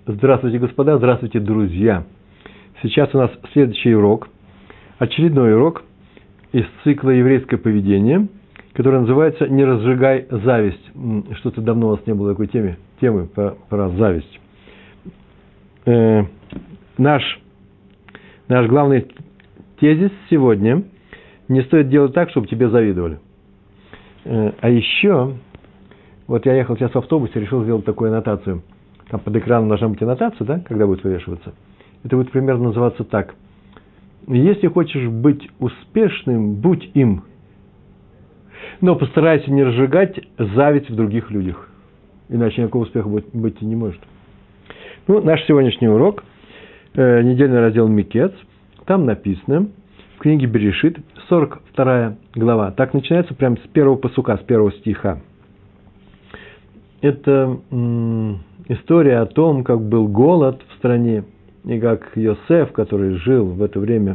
Здравствуйте, господа, здравствуйте, друзья. Сейчас у нас следующий урок, очередной урок из цикла «Еврейское поведение», который называется «Не разжигай зависть». Что-то давно у нас не было такой темы про зависть. Наш главный тезис сегодня – не стоит делать так, чтобы тебе завидовали. А еще, вот я ехал сейчас в автобусе, решил сделать такую аннотацию. Там под экраном должна быть аннотация, да, когда будет вывешиваться. Это будет примерно называться так. Если хочешь быть успешным, будь им. Но постарайся не разжигать зависть в других людях. Иначе никакого успеха быть не может. Наш сегодняшний урок, недельный раздел Микец, там написано, в книге Берешит, 42 глава. Так начинается прямо с первого пасука, с первого стиха. Это история о том, как был голод в стране, и как Йосеф, который жил в это время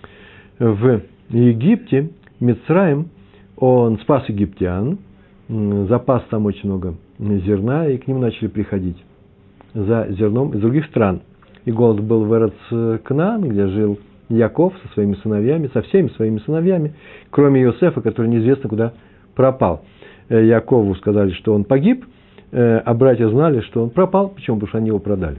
в Египте, Мицраим, он спас египтян, запас там очень много зерна, и к ним начали приходить за зерном из других стран. И голод был в Эрец-Кнаан, где жил Яков со своими сыновьями, со всеми своими сыновьями, кроме Йосефа, который неизвестно куда пропал. Якову сказали, что он погиб, а братья знали, что он пропал. Почему? Потому что они его продали.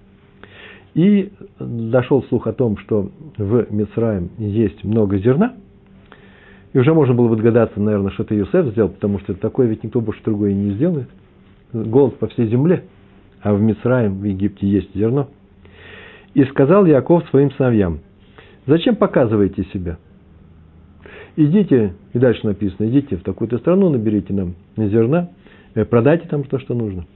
И дошел слух о том, что в Мицраим есть много зерна. И уже можно было бы догадаться, наверное, что это Йосеф сделал, потому что такое ведь никто больше другой не сделает. Голод по всей земле, а в Мицраим, в Египте есть зерно. И сказал Яков своим сыновьям: зачем показываете себя? Идите, и дальше написано, идите в такую-то страну, наберите нам зерна, продайте там то, что нужно.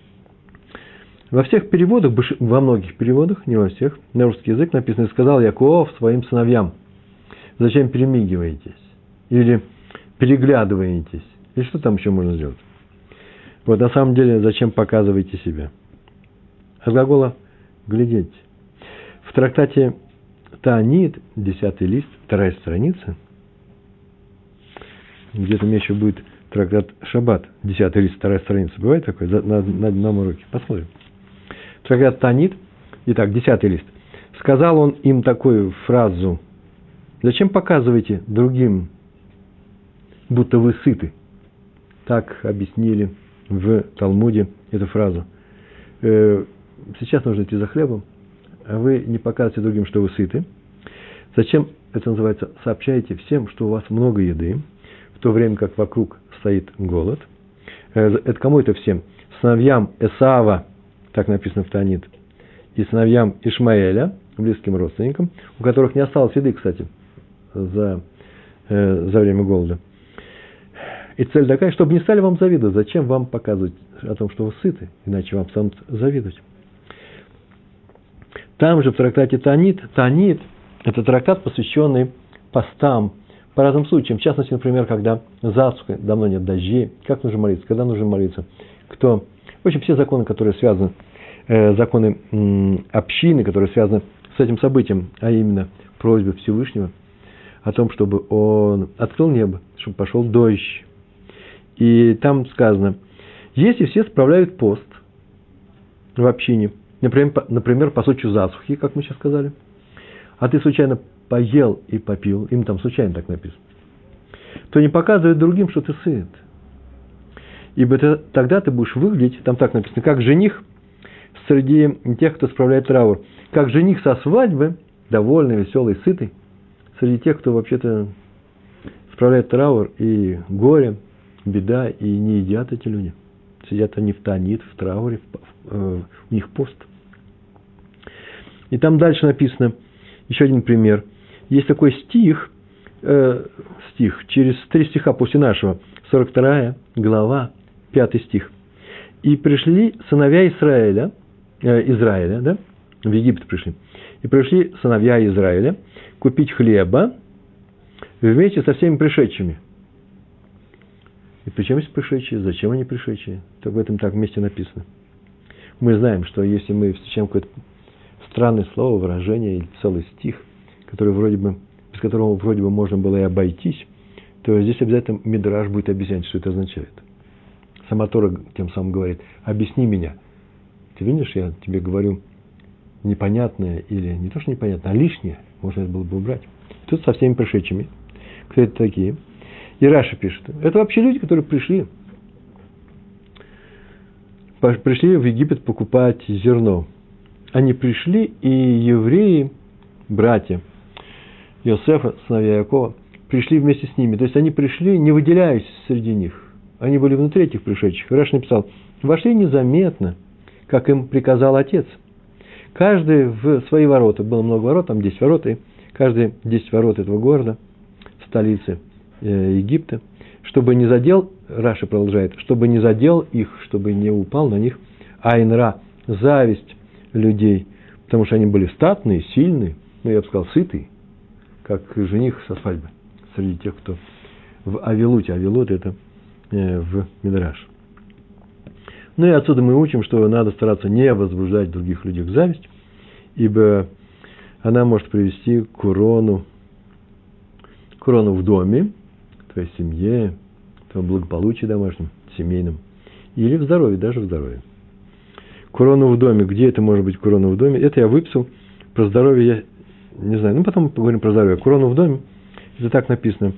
Во всех переводах, во многих переводах, не во всех, на русский язык написано: сказал Яков своим сыновьям: зачем перемигиваетесь? Или переглядываетесь? Или что там еще можно сделать? Вот на самом деле, зачем показываете себя? От глагола глядеть. В трактате Таанит, 10 лист, 2 страница, где-то у меня еще будет трактат Шаббат, 10 лист, 2 страница. Бывает такое? На одном уроке. Посмотрим. Трактат Таанит, итак, 10 лист. Сказал он им такую фразу: зачем показываете другим, будто вы сыты? Так объяснили в Талмуде эту фразу. Сейчас нужно идти за хлебом, а вы не показываете другим, что вы сыты. Зачем это называется? Сообщаете всем, что у вас много еды, в то время как вокруг стоит голод. Это кому это всем? Сыновьям Эсава, так написано в Таанит, и сыновьям Ишмаэля, близким родственникам, у которых не осталось еды, кстати, за время голода. И цель такая, чтобы не стали вам завидовать. Зачем вам показывать о том, что вы сыты, иначе вам станут завидовать. Там же в трактате Таанит – это трактат, посвященный постам по разным случаям. В частности, например, когда засуха, давно нет дождей, как нужно молиться, когда нужно молиться, кто. В общем, все законы, которые связаны, законы общины, которые связаны с этим событием, а именно просьбы Всевышнего о том, чтобы он открыл небо, чтобы пошел дождь. И там сказано: если все справляют пост в общине, например, по случаю засухи, как мы сейчас сказали, а ты случайно поел и попил, им там случайно так написано, то не показывай другим, что ты сыт. Ибо тогда ты будешь выглядеть, там так написано, как жених среди тех, кто справляет траур, как жених со свадьбы, довольный, веселый, сытый, среди тех, кто вообще-то справляет траур и горе, беда, и не едят эти люди. Сидят они в Таанит, в трауре, у них пост. И там дальше написано, еще один пример. Есть такой стих, через 3 стиха после нашего, 42 глава, 5 стих. И пришли сыновья Израиля, да, в Египет пришли. И пришли сыновья Израиля купить хлеба вместе со всеми пришедшими. И причем есть пришедшие, зачем они пришедшие? Так в этом так вместе написано. Мы знаем, что если мы встречаем какое-то странное слово, выражение или целый стих, который без которого вроде бы можно было и обойтись, то здесь обязательно Мидраш будет объяснять, что это означает. Сама Тора тем самым говорит: объясни меня. ты видишь, я тебе говорю непонятное или не то, что непонятное, а лишнее, можно это было бы убрать. Тут со всеми пришедшими. Кто это такие? И Раши пишет. Это вообще люди, которые пришли в Египет покупать зерно. Они пришли, и евреи, братья Йосефа, сыновья Якова, пришли вместе с ними. То есть, они пришли, не выделяясь среди них. Они были внутри этих пришедших. Раши написал, вошли незаметно, как им приказал отец. Каждый в свои ворота. Было много ворот, там 10 ворот, и каждые 10 ворот этого города, столицы Египта, чтобы не задел, Раши продолжает, чтобы не задел их, чтобы не упал на них айн-ра, зависть людей, потому что они были статные, сильные, я бы сказал, сытые, как жених со свадьбы, среди тех, кто в Авилуте. Авилут – это в Мидраш. И отсюда мы учим, что надо стараться не возбуждать других людей к зависть, ибо она может привести к урону в доме, твоей семье, твоем благополучии домашнем, семейном, или в здоровье, даже в здоровье. К урону в доме. Где это может быть к урону в доме? Это я выписал. Про здоровье я не знаю. Потом поговорим про здоровье. К урону в доме. Это так написано.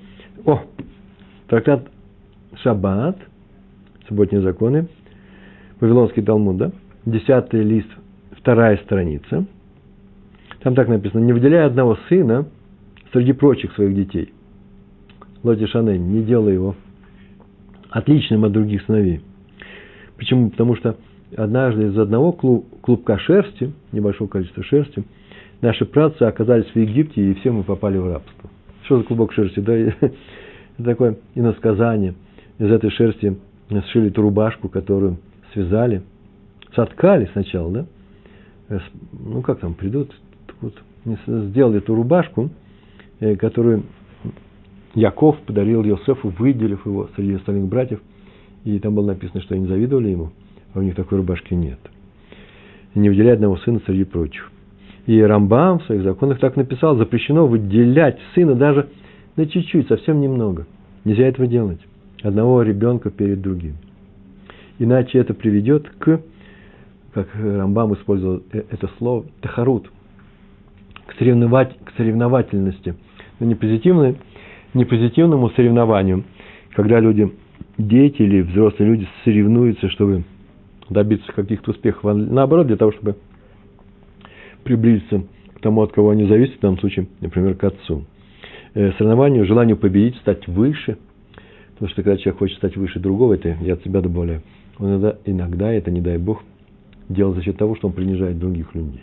Трактат Шаббат, субботние законы, Вавилонский Талмуд, да? 10-й лист, 2-я страница. Там так написано. Не выделяя одного сына среди прочих своих детей. Лоти Шанель, не делай его отличным от других сыновей. Почему? Потому что однажды из одного клубка шерсти, небольшого количества шерсти, наши праотцы оказались в Египте, и все мы попали в рабство. Что за клубок шерсти? Да, это такое иносказание. Из этой шерсти сшили ту рубашку, которую связали, соткали сначала, да? Как там придут, сделали эту рубашку, которую Яков подарил Йосефу, выделив его среди остальных братьев, и там было написано, что они завидовали ему, а у них такой рубашки нет. Не выделяя одного сына среди прочих. И Рамбам в своих законах так написал, запрещено выделять сына даже на чуть-чуть, совсем немного. Нельзя этого делать. Одного ребенка перед другим. Иначе это приведет к, как Рамбам использовал это слово, тахарут, к соревновательности. Но не позитивному соревнованию, когда люди, дети или взрослые люди соревнуются, чтобы добиться каких-то успехов. А наоборот, для того, чтобы приблизиться к тому, от кого они зависят, в данном случае, например, к отцу. Соревнованию, желанию победить, стать выше. Потому что когда человек хочет стать выше другого, это я от себя добавляю, он иногда, это не дай Бог, делает за счет того, что он принижает других людей.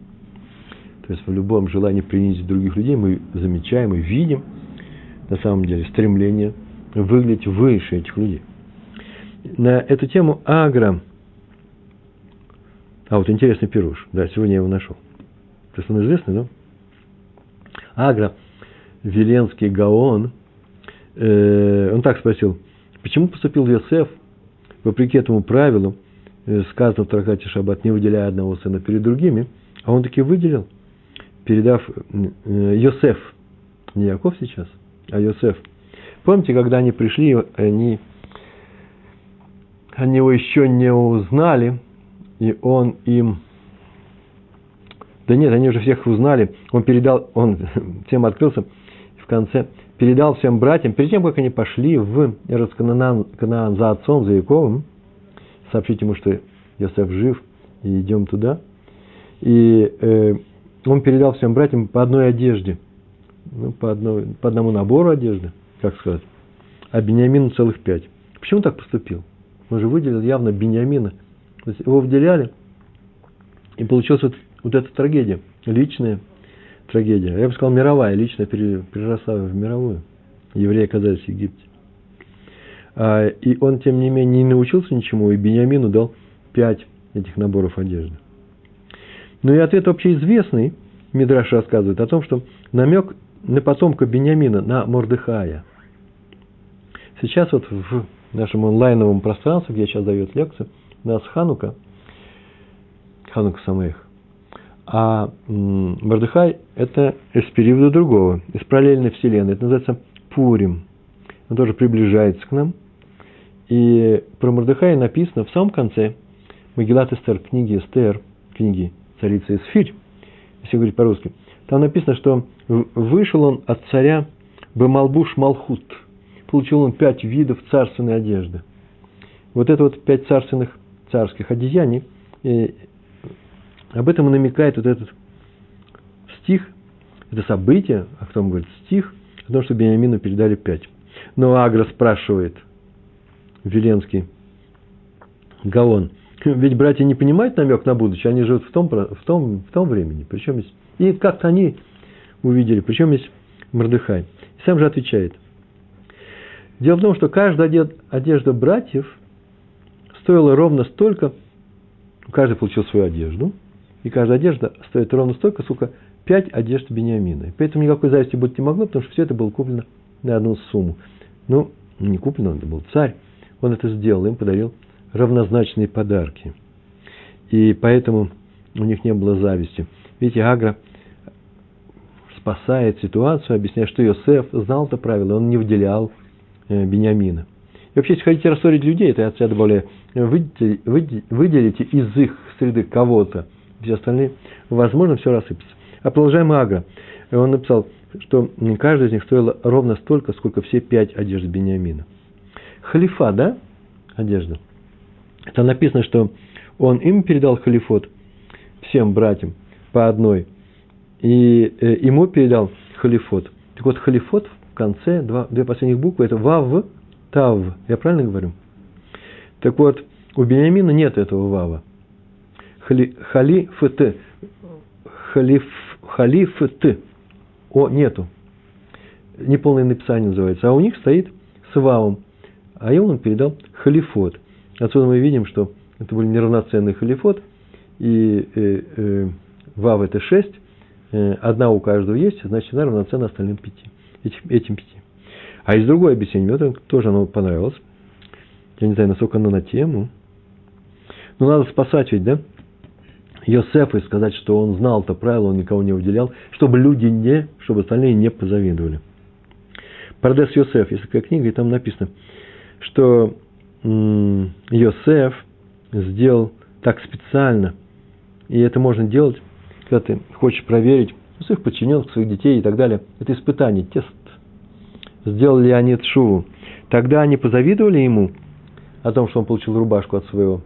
То есть в любом желании принизить других людей мы замечаем и видим, на самом деле, стремление выглядеть выше этих людей. На эту тему Агра, интересный пируш, да, сегодня я его нашел. То есть он известный, да? Агра, Виленский Гаон, он так спросил, почему поступил Йосеф, вопреки этому правилу, сказано в трактате Шаббат, не выделяя одного сына перед другими, а он таки выделил, передав Йосеф, не Яков сейчас, а Йосеф. Помните, когда они пришли, они его еще не узнали, и он им... Да нет, они уже всех узнали. Он всем открылся, и в конце передал всем братьям, перед тем, как они пошли в Эрец Канаан за отцом, за Яковом, сообщить ему, что Йосеф жив, и идем туда. И он передал всем братьям по одной одежде, по одному набору одежды, как сказать, а Биньямину целых 5. Почему так поступил? Он же выделил явно Биньямина. То есть его выделяли, и получилась вот эта трагедия, личная трагедия. Я бы сказал, мировая, личная переросла в мировую. Евреи оказались в Египте. И он, тем не менее, не научился ничему, и Биньямину дал 5 этих наборов одежды. И ответ общеизвестный, Мидраш рассказывает о том, что намек на потомка Биньямина, на Мордехая. Сейчас в нашем онлайновом пространстве, где я сейчас даю лекцию, у нас Ханука Самех. А Мордехай – это из периода другого, из параллельной вселенной. Это называется Пурим. Он тоже приближается к нам. И про Мордехая написано в самом конце Магилат Эстер, книги Эстер, книги царицы Эсфирь, если говорить по-русски, там написано, что вышел он от царя Бемалбуш Малхут. Получил он 5 видов царственной одежды. Вот это вот 5 царских одеяний, об этом и намекает вот этот стих, это событие, о котором говорит стих, о том, что Бениамину передали 5. Но Агра спрашивает, Веленский Гаон, ведь братья не понимают намек на будущее, они живут в том времени, причем есть, и как-то они увидели, причем есть Мордехай. И сам же отвечает. Дело в том, что каждая одежда братьев стоила ровно столько, каждый получил свою одежду, и каждая одежда стоит ровно столько, сколько 5 одежд Бениамина. Поэтому никакой зависти быть не могло, потому что все это было куплено на одну сумму. Ну, не куплено, это был царь. Он это сделал, им подарил равнозначные подарки. И поэтому у них не было зависти. Видите, Агра спасает ситуацию, объясняя, что Йосеф знал это правило, он не выделял Бениамина. И вообще, если хотите рассорить людей, это я от себя добавляю, выделите из их среды кого-то, все остальные, возможно, все рассыпется. А продолжаем Агра. Он написал, что каждая из них стоила ровно столько, сколько все 5 одежд Бениамина. Халифа, да, одежда? Там написано, что он им передал халифот, всем братьям, по одной, и ему передал халифот. Так вот, халифот в конце, две последних буквы, это вав, тав. Я правильно говорю? Так вот, у Бениамина нет этого вава. Халифт. Нету. Неполное написание называется. А у них стоит с вавом. А ему он передал халифот. Отсюда мы видим, что это был неравноценный халифот. И вав это 6. Одна у каждого есть, значит, она равноценна остальным 5. Этим 5. А есть другое объяснение. Мне тоже оно понравилось. Я не знаю, насколько оно на тему. Но надо спасать ведь, да? Йосефа и сказать, что он знал это правило, он никого не выделял, чтобы чтобы остальные не позавидовали. Пардес Йосеф, есть такая книга, и там написано, что Йосеф сделал так специально, и это можно делать, когда ты хочешь проверить своих подчиненных, своих детей и так далее. Это испытание, тест. Сделали ли они тшуву? Тогда они позавидовали ему о том, что он получил рубашку от своего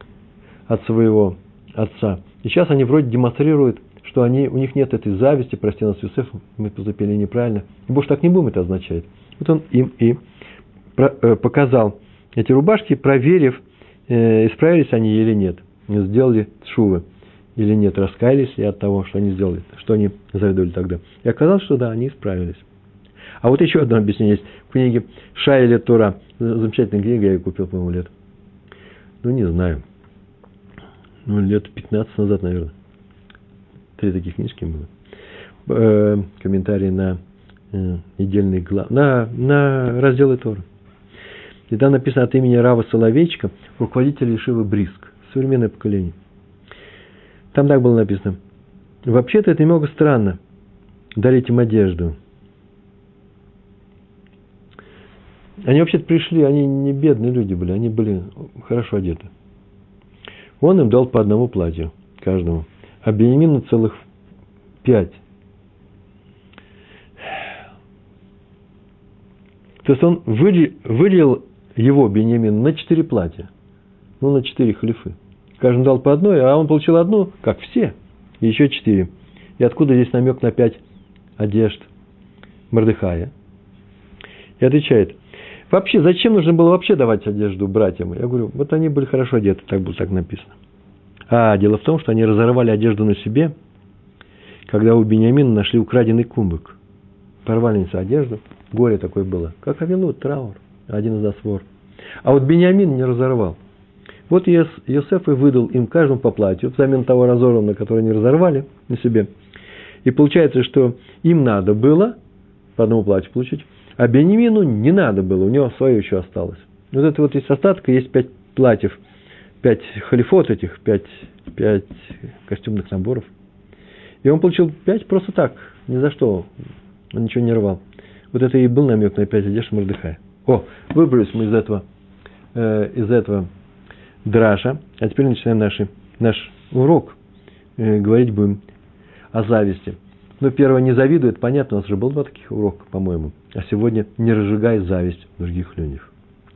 отца. И сейчас они вроде демонстрируют, что у них нет этой зависти, прости нас, Йосеф, мы поступили неправильно. И больше так не будем, это означает. Вот он им и показал эти рубашки, проверив, исправились они или нет, сделали тшувы или нет, раскаялись ли от того, что они сделали, что они завидовали тогда. И оказалось, что да, они исправились. А вот еще одно объяснение есть в книге Шайля Тора. Замечательная книга, я ее купил, по-моему, лет. Не знаю. Лет 15 назад, наверное. 3 таких книжки было. Комментарии на недельные главы, на разделы Торы. И там написано от имени Рава Соловейчика, руководителя Ешивы Бриск, современное поколение. Там так было написано. Вообще-то это немного странно, дарить им одежду. Они вообще-то пришли, они не бедные люди были, они были хорошо одеты. Он им дал по одному платью каждому, а Бениамину целых 5. То есть он выделил его, Бениамина, на 4 платья, на 4 халифы. Каждому дал по одной, а он получил одну, как все, и еще 4. И откуда здесь намек на 5 одежд Мордехая? И отвечает, вообще, зачем нужно было вообще давать одежду братьям? Я говорю, вот они были хорошо одеты, так было так написано. А дело в том, что они разорвали одежду на себе, когда у Бениамина нашли украденный кубок. Порвали одежду, горе такое было. Как Авилут, траур, один из нас вор. А вот Бениамин не разорвал. Вот Йосеф и выдал им каждому по платью, взамен того разорванного, который они разорвали на себе. И получается, что им надо было по одному платью получить, а Бениамину не надо было, у него свое еще осталось. Вот это вот из остатка есть 5 платьев, 5 халифот этих, 5 костюмных наборов. И он получил 5 просто так, ни за что, он ничего не рвал. Вот это и был намек на 5 одежд Мордехая. Выбрались мы из этого Драша. А теперь начинаем наш урок. Говорить будем о зависти. Ну, первое, не завидует, понятно, у нас уже было 2 таких урока, по-моему. А сегодня не разжигай зависть в других людях.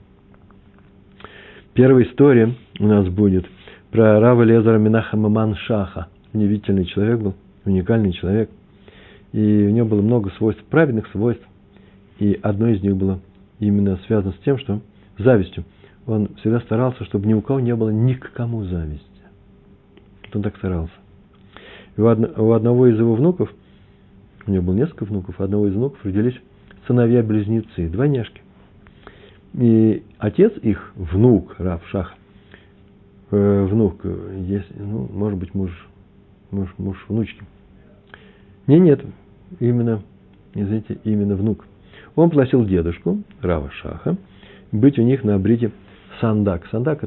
Первая история у нас будет про Рава Элиэзера Менахема Маншаха. Удивительный человек был, уникальный человек. И у него было много свойств, праведных свойств. И одно из них было именно связано с тем, что завистью. Он всегда старался, чтобы ни у кого не было ни к кому зависти. Вот он так старался. И у одного из его внуков, у него было несколько внуков, у одного из внуков родились сыновья-близнецы, двойняшки. И отец их, внук Рав Шаха, внук, может быть, муж внучки. Нет, именно внук. Он просил дедушку, Рава Шаха, быть у них на обрите сандак. Сандак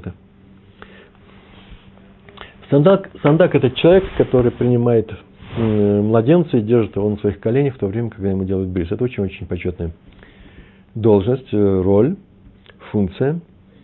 это человек, который принимает младенца и держит его на своих коленях в то время, когда ему делают бриз. Это очень-очень почетная должность, роль, функция.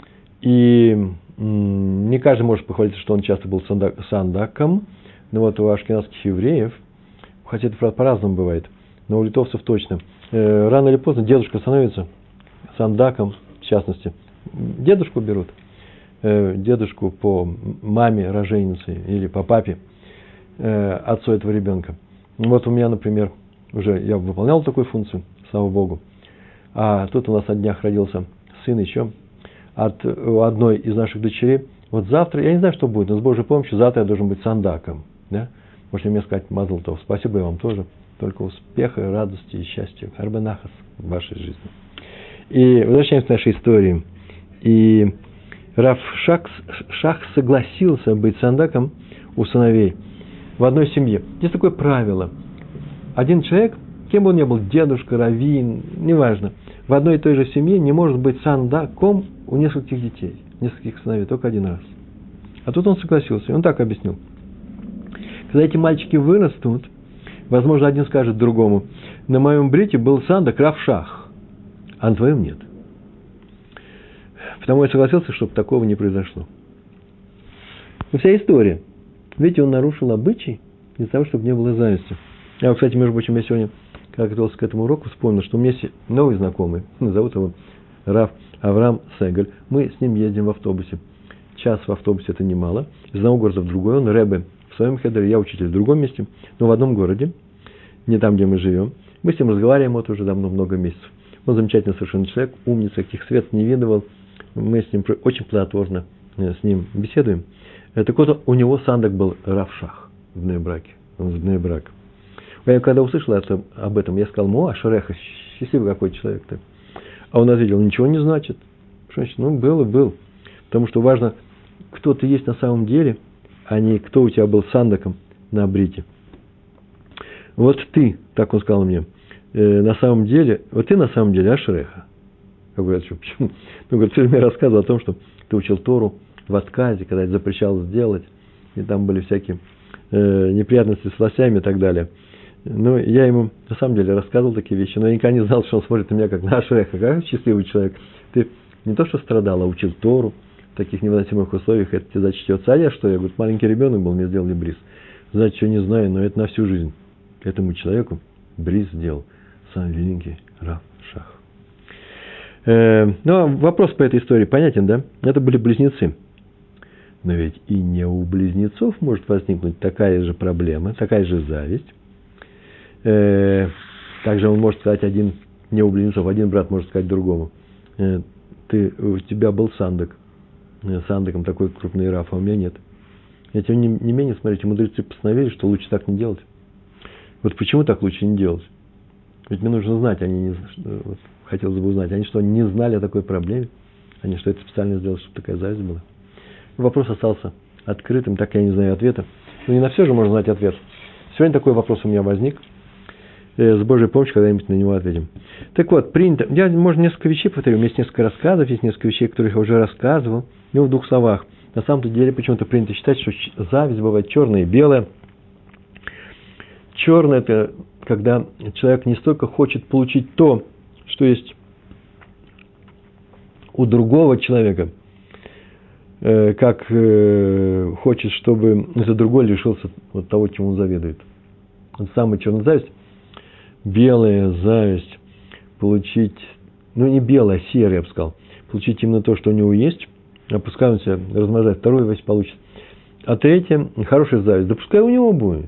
И не каждый может похвалиться, что он часто был сандаком. Но вот у ашкеназских евреев, хотя это, правда, по-разному бывает, но у литовцев точно, рано или поздно дедушка становится сандаком, в частности. Дедушку берут, дедушку по маме роженицы или по папе, отцу этого ребенка. Вот у меня, например, я выполнял такую функцию, слава Богу. А тут у нас на днях родился сын еще от одной из наших дочерей. Вот завтра, я не знаю, что будет, но с Божьей помощью завтра я должен быть сандаком. Да? Можете мне сказать, Мазал тов. Спасибо и вам тоже. Только успеха, радости и счастья. Арбенахас в вашей жизни. И возвращаемся к нашей истории. И Рав Шах согласился быть сандаком у сыновей в одной семье. Есть такое правило. Один человек, кем бы он ни был, дедушка, раввин, неважно, в одной и той же семье не может быть сандаком у нескольких детей, нескольких сыновей, только один раз. А тут он согласился, и он так объяснил. Когда эти мальчики вырастут, возможно, один скажет другому: на моем брите был сандак Рав Шах, а на твоем нет. Потому я согласился, чтобы такого не произошло. И вся история. Видите, он нарушил обычай из-за того, чтобы не было зависти. Кстати, между прочим, я сегодня, когда готовился к этому уроку, вспомнил, что у меня есть новый знакомый, зовут его Рав Авраам Сегель. Мы с ним ездим в автобусе. Час в автобусе – это немало. Из одного города в другой. Он ребе в своем хедере, я учитель в другом месте, но в одном городе, не там, где мы живем. Мы с ним разговариваем вот уже давно, много месяцев. Он замечательный совершенно человек, умница, каких свет не видывал. Мы с ним очень плодотворно с ним беседуем. Так вот, у него сандак был Рав Шах в Бней-Браке. Он из Бней-Брака. Я когда услышал об этом, я сказал: Ашереха, счастливый какой человек-то. А он ответил: ничего не значит. Что значит? Был. Потому что важно, кто ты есть на самом деле, а не кто у тебя был сандаком на брите. Вот ты, так он сказал мне, на самом деле Ашереха. Я говорю: почему? Ну, говорит, ты мне рассказывал о том, что ты учил Тору в отказе, когда это запрещалось делать, и там были всякие неприятности с властями и так далее. Ну, я ему на самом деле рассказывал такие вещи, но я никогда не знал, что он смотрит на меня как на Ашереха, как счастливый человек. Ты не то что страдал, а учил Тору в таких невыносимых условиях, это тебе зачтется. А я что? Я говорю, маленький ребенок был, мне сделали бриз. Знаете, что не знаю, но это на всю жизнь. Этому человеку бриз сделал самый великий Рав Шах. Ну, вопрос по этой истории понятен, да? Это были близнецы. Но ведь и не у близнецов может возникнуть такая же проблема, такая же зависть. Также он может сказать не у близнецов, один брат может сказать другому: у тебя был сандаком такой крупный Раф, а у меня нет. И тем не менее, смотрите, мудрецы постановили, что лучше так не делать. Вот почему так лучше не делать? Ведь мне нужно знать, хотелось бы узнать, они что, не знали о такой проблеме? Они что, это специально сделали, чтобы такая зависть была? Вопрос остался открытым, так я не знаю ответа. Но не на все же можно знать ответ. Сегодня такой вопрос у меня возник. С Божьей помощью когда-нибудь на него ответим. Так вот, принято. Можно несколько вещей повторю. У меня есть несколько рассказов, есть несколько вещей, которых я уже рассказывал. В 2 словах. На самом-то деле почему-то принято считать, что зависть бывает черная и белая. Черное – это когда человек не столько хочет получить то, что есть у другого человека, как хочет, чтобы за другой лишился вот того, чем он завидует. Вот самая черная зависть, белая зависть, получить, ну не белая, а серая, я бы сказал, получить именно то, что у него есть, а пускай он себя размножает, второй весь получит. А третье, хорошая зависть, да пускай у него будет.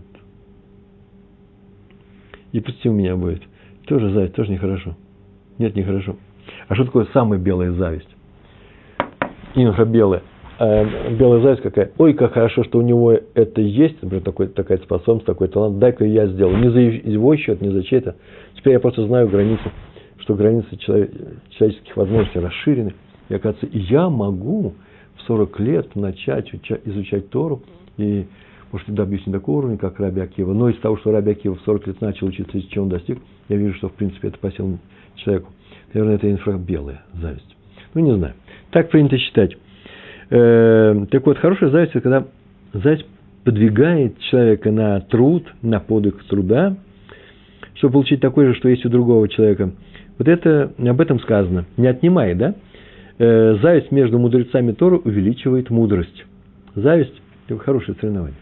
И пусть у меня будет. Тоже зависть, тоже нехорошо. Нет, нехорошо. А что такое самая белая зависть? Инфрабелая. Белая зависть какая? Ой, как хорошо, что у него это есть, например, такая способность, такой талант, дай-ка я сделаю. Не за его счет, не за чей-то. Теперь я просто знаю границы, что границы человеческих возможностей расширены. И оказывается, и я могу в 40 лет начать изучать Тору, и, может, добьюсь не такого уровня, как Раби Акива, но из того, что Раби Акива в 40 лет начал учиться, и чего он достиг, я вижу, что, в принципе, это по силам человеку. Наверное, это инфрабелая зависть. Ну, не знаю. Так принято считать. Так вот, хорошая зависть – это когда зависть подвигает человека на труд, на подвиг труда, чтобы получить такое же, что есть у другого человека. Вот это, об этом сказано. Не отнимай, да? Зависть между мудрецами Торы увеличивает мудрость. Зависть – это хорошее соревнование.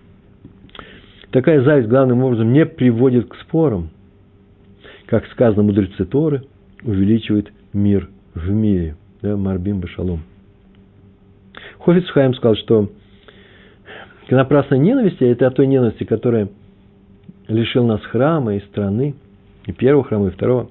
Такая зависть, главным образом, не приводит к спорам. Как сказано, мудрецы Торы увеличивают мир в мире. Да? Марбим башалом. Хофец Хаим сказал, что к напрасной ненависти, это от той ненависти, которая лишил нас храма и страны, и первого храма, и второго,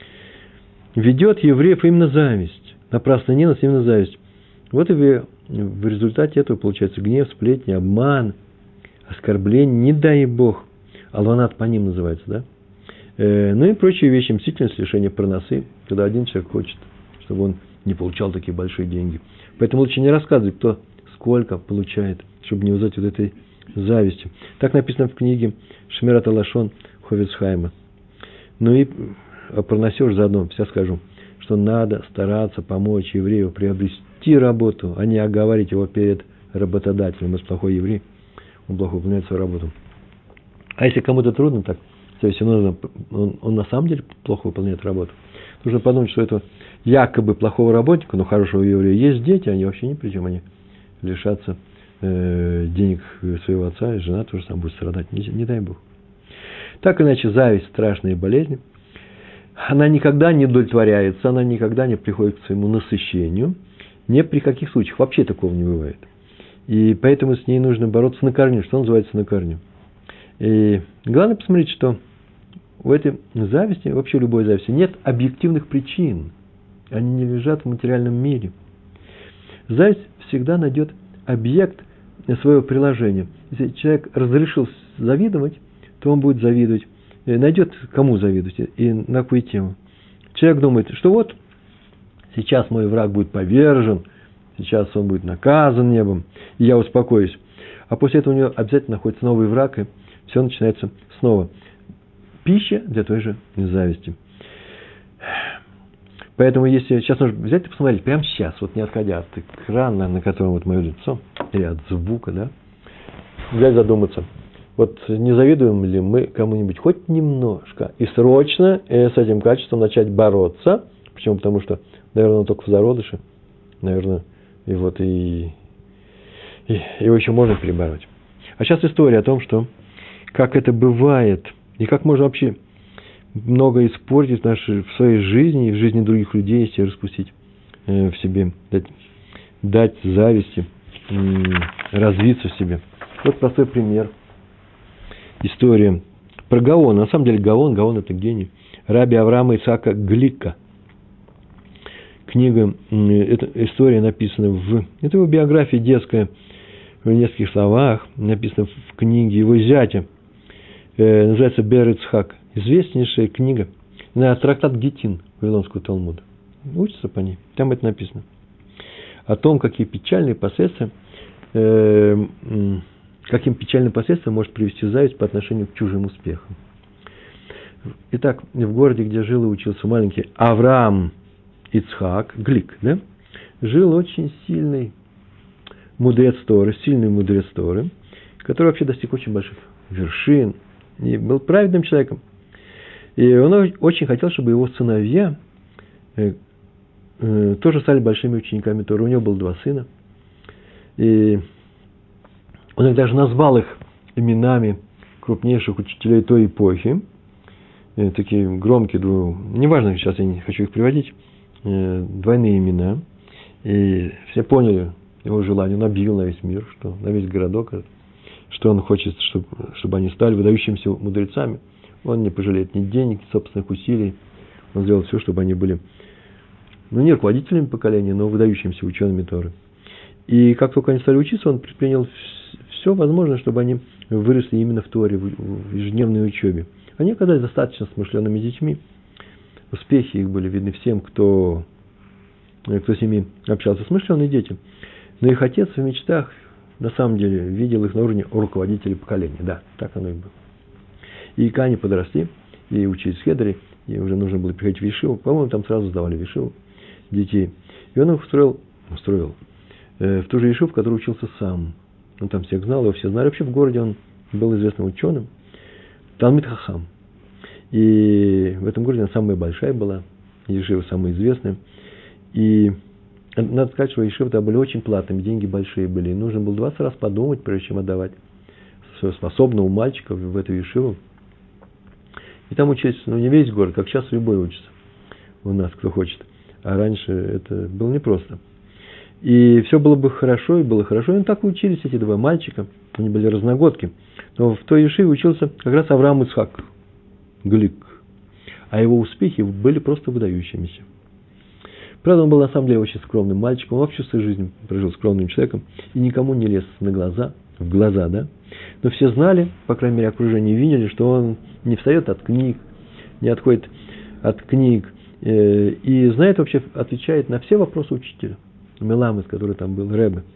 ведет евреев именно зависть. Напрасная ненависть именно зависть. Вот и в результате этого получается гнев, сплетни, обман, оскорбление, не дай Бог. Алванат по ним называется, да? Ну и прочие вещи, мстительность, лишение проносы, когда один человек хочет, чтобы он не получал такие большие деньги. Поэтому лучше не рассказывать, кто сколько получает, чтобы не вызвать вот этой зависти. Так написано в книге Шмират ха-Лашон Хофец Хаима. Ну и о проносе уже заодно все скажу, что надо стараться помочь еврею приобрести работу, а не оговаривать его перед работодателем. Он плохой еврей, он плохо выполняет свою работу. А если кому-то трудно так, то есть он на самом деле плохо выполняет работу, нужно подумать, что это якобы плохого работника, но хорошего еврея есть дети, они вообще ни при чем, они лишатся денег своего отца, и жена тоже сам будет страдать, не дай Бог. Так иначе зависть – страшная болезнь. Она никогда не удовлетворяется, она никогда не приходит к своему насыщению. Ни при каких случаях. Вообще такого не бывает. И поэтому с ней нужно бороться на корню. Что называется на корню? И главное посмотреть, что в этой зависти, вообще любой зависти, нет объективных причин. Они не лежат в материальном мире. Зависть всегда найдет объект своего приложения. Если человек разрешил завидовать, то он будет завидовать. Найдет, кому завидовать и на какую тему. Человек думает, что вот, сейчас мой враг будет повержен, сейчас он будет наказан небом, и я успокоюсь. А после этого у него обязательно находится новый враг, и все начинается снова. Пища для той же зависти. Поэтому, если сейчас нужно взять и посмотреть, прямо сейчас, вот не отходя от экрана, на котором вот мое лицо, или от звука, да, взять задуматься. Вот не завидуем ли мы кому-нибудь хоть немножко и срочно с этим качеством начать бороться? Почему? Потому что, наверное, он только в зародыше. Наверное, и вот и его еще можно перебороть. А сейчас история о том, что как это бывает, и как можно вообще много испортить в своей жизни и в жизни других людей, если распустить в себе, дать зависти, развиться в себе. Вот простой пример. История про Гаона. На самом деле Гаон – это гений. Раби Авраама Ицхака Глика. Книга, эта история написана это его биография детская, в нескольких словах, написана в книге его зятя. Называется Бер Ицхак. Известнейшая книга. Трактат Гитин Вавилонского Талмуда. Учится по ней. Там это написано. О том, какие печальные последствия каким печальным последствиям может привести зависть по отношению к чужим успехам. Итак, в городе, где жил и учился маленький Авраам Ицхак Глик, да, жил очень сильный мудрец Торы, который вообще достиг очень больших вершин и был праведным человеком. И он очень хотел, чтобы его сыновья тоже стали большими учениками Торы. У него было 2 сына. И он их даже назвал их именами крупнейших учителей той эпохи. Такие громкие, неважно, сейчас я не хочу их приводить, двойные имена. И все поняли его желание. Он объявил на весь мир, что на весь городок, что он хочет, чтобы они стали выдающимися мудрецами. Он не пожалеет ни денег, ни собственных усилий. Он сделал все, чтобы они были, не руководителями поколения, но выдающимися учеными Торы. И как только они стали учиться, он предпринял все возможное, чтобы они выросли именно в Торе, в ежедневной учебе. Они оказались достаточно смышленными детьми. Успехи их были видны всем, кто с ними общался. Смышленые дети. Но их отец в мечтах, на самом деле, видел их на уровне руководителей поколения. Да, так оно и было. И когда они подросли, и учились в Хедере, и уже нужно было приходить в Ешиву. По-моему, там сразу сдавали в Ешиву детей. И он их устроил в ту же Ешиву, в которой учился сам. Он там всех знал, его все знали. Вообще в городе он был известным ученым. Талмид Хахам. И в этом городе она самая большая была. Ешива самая известная. И надо сказать, что ешивы тогда были очень платными, деньги большие были. И нужно было 20 раз подумать, прежде чем отдавать способного мальчика в эту ешиву. И там учились, не весь город, как сейчас любой учится у нас, кто хочет. А раньше это было непросто. И все было бы хорошо, и было хорошо. И так и учились эти два мальчика. Они были разногодки. Но в той ешиве учился как раз Авраам Ицхак Глик. А его успехи были просто выдающимися. Правда, он был на самом деле очень скромным мальчиком. Он вообще всю жизнь прожил скромным человеком. И никому не лез в глаза, да. Но все знали, по крайней мере, окружение видели, что он не встает от книг, не отходит от книг. И знает вообще, отвечает на все вопросы учителя. Меламес, который там был, Ребе.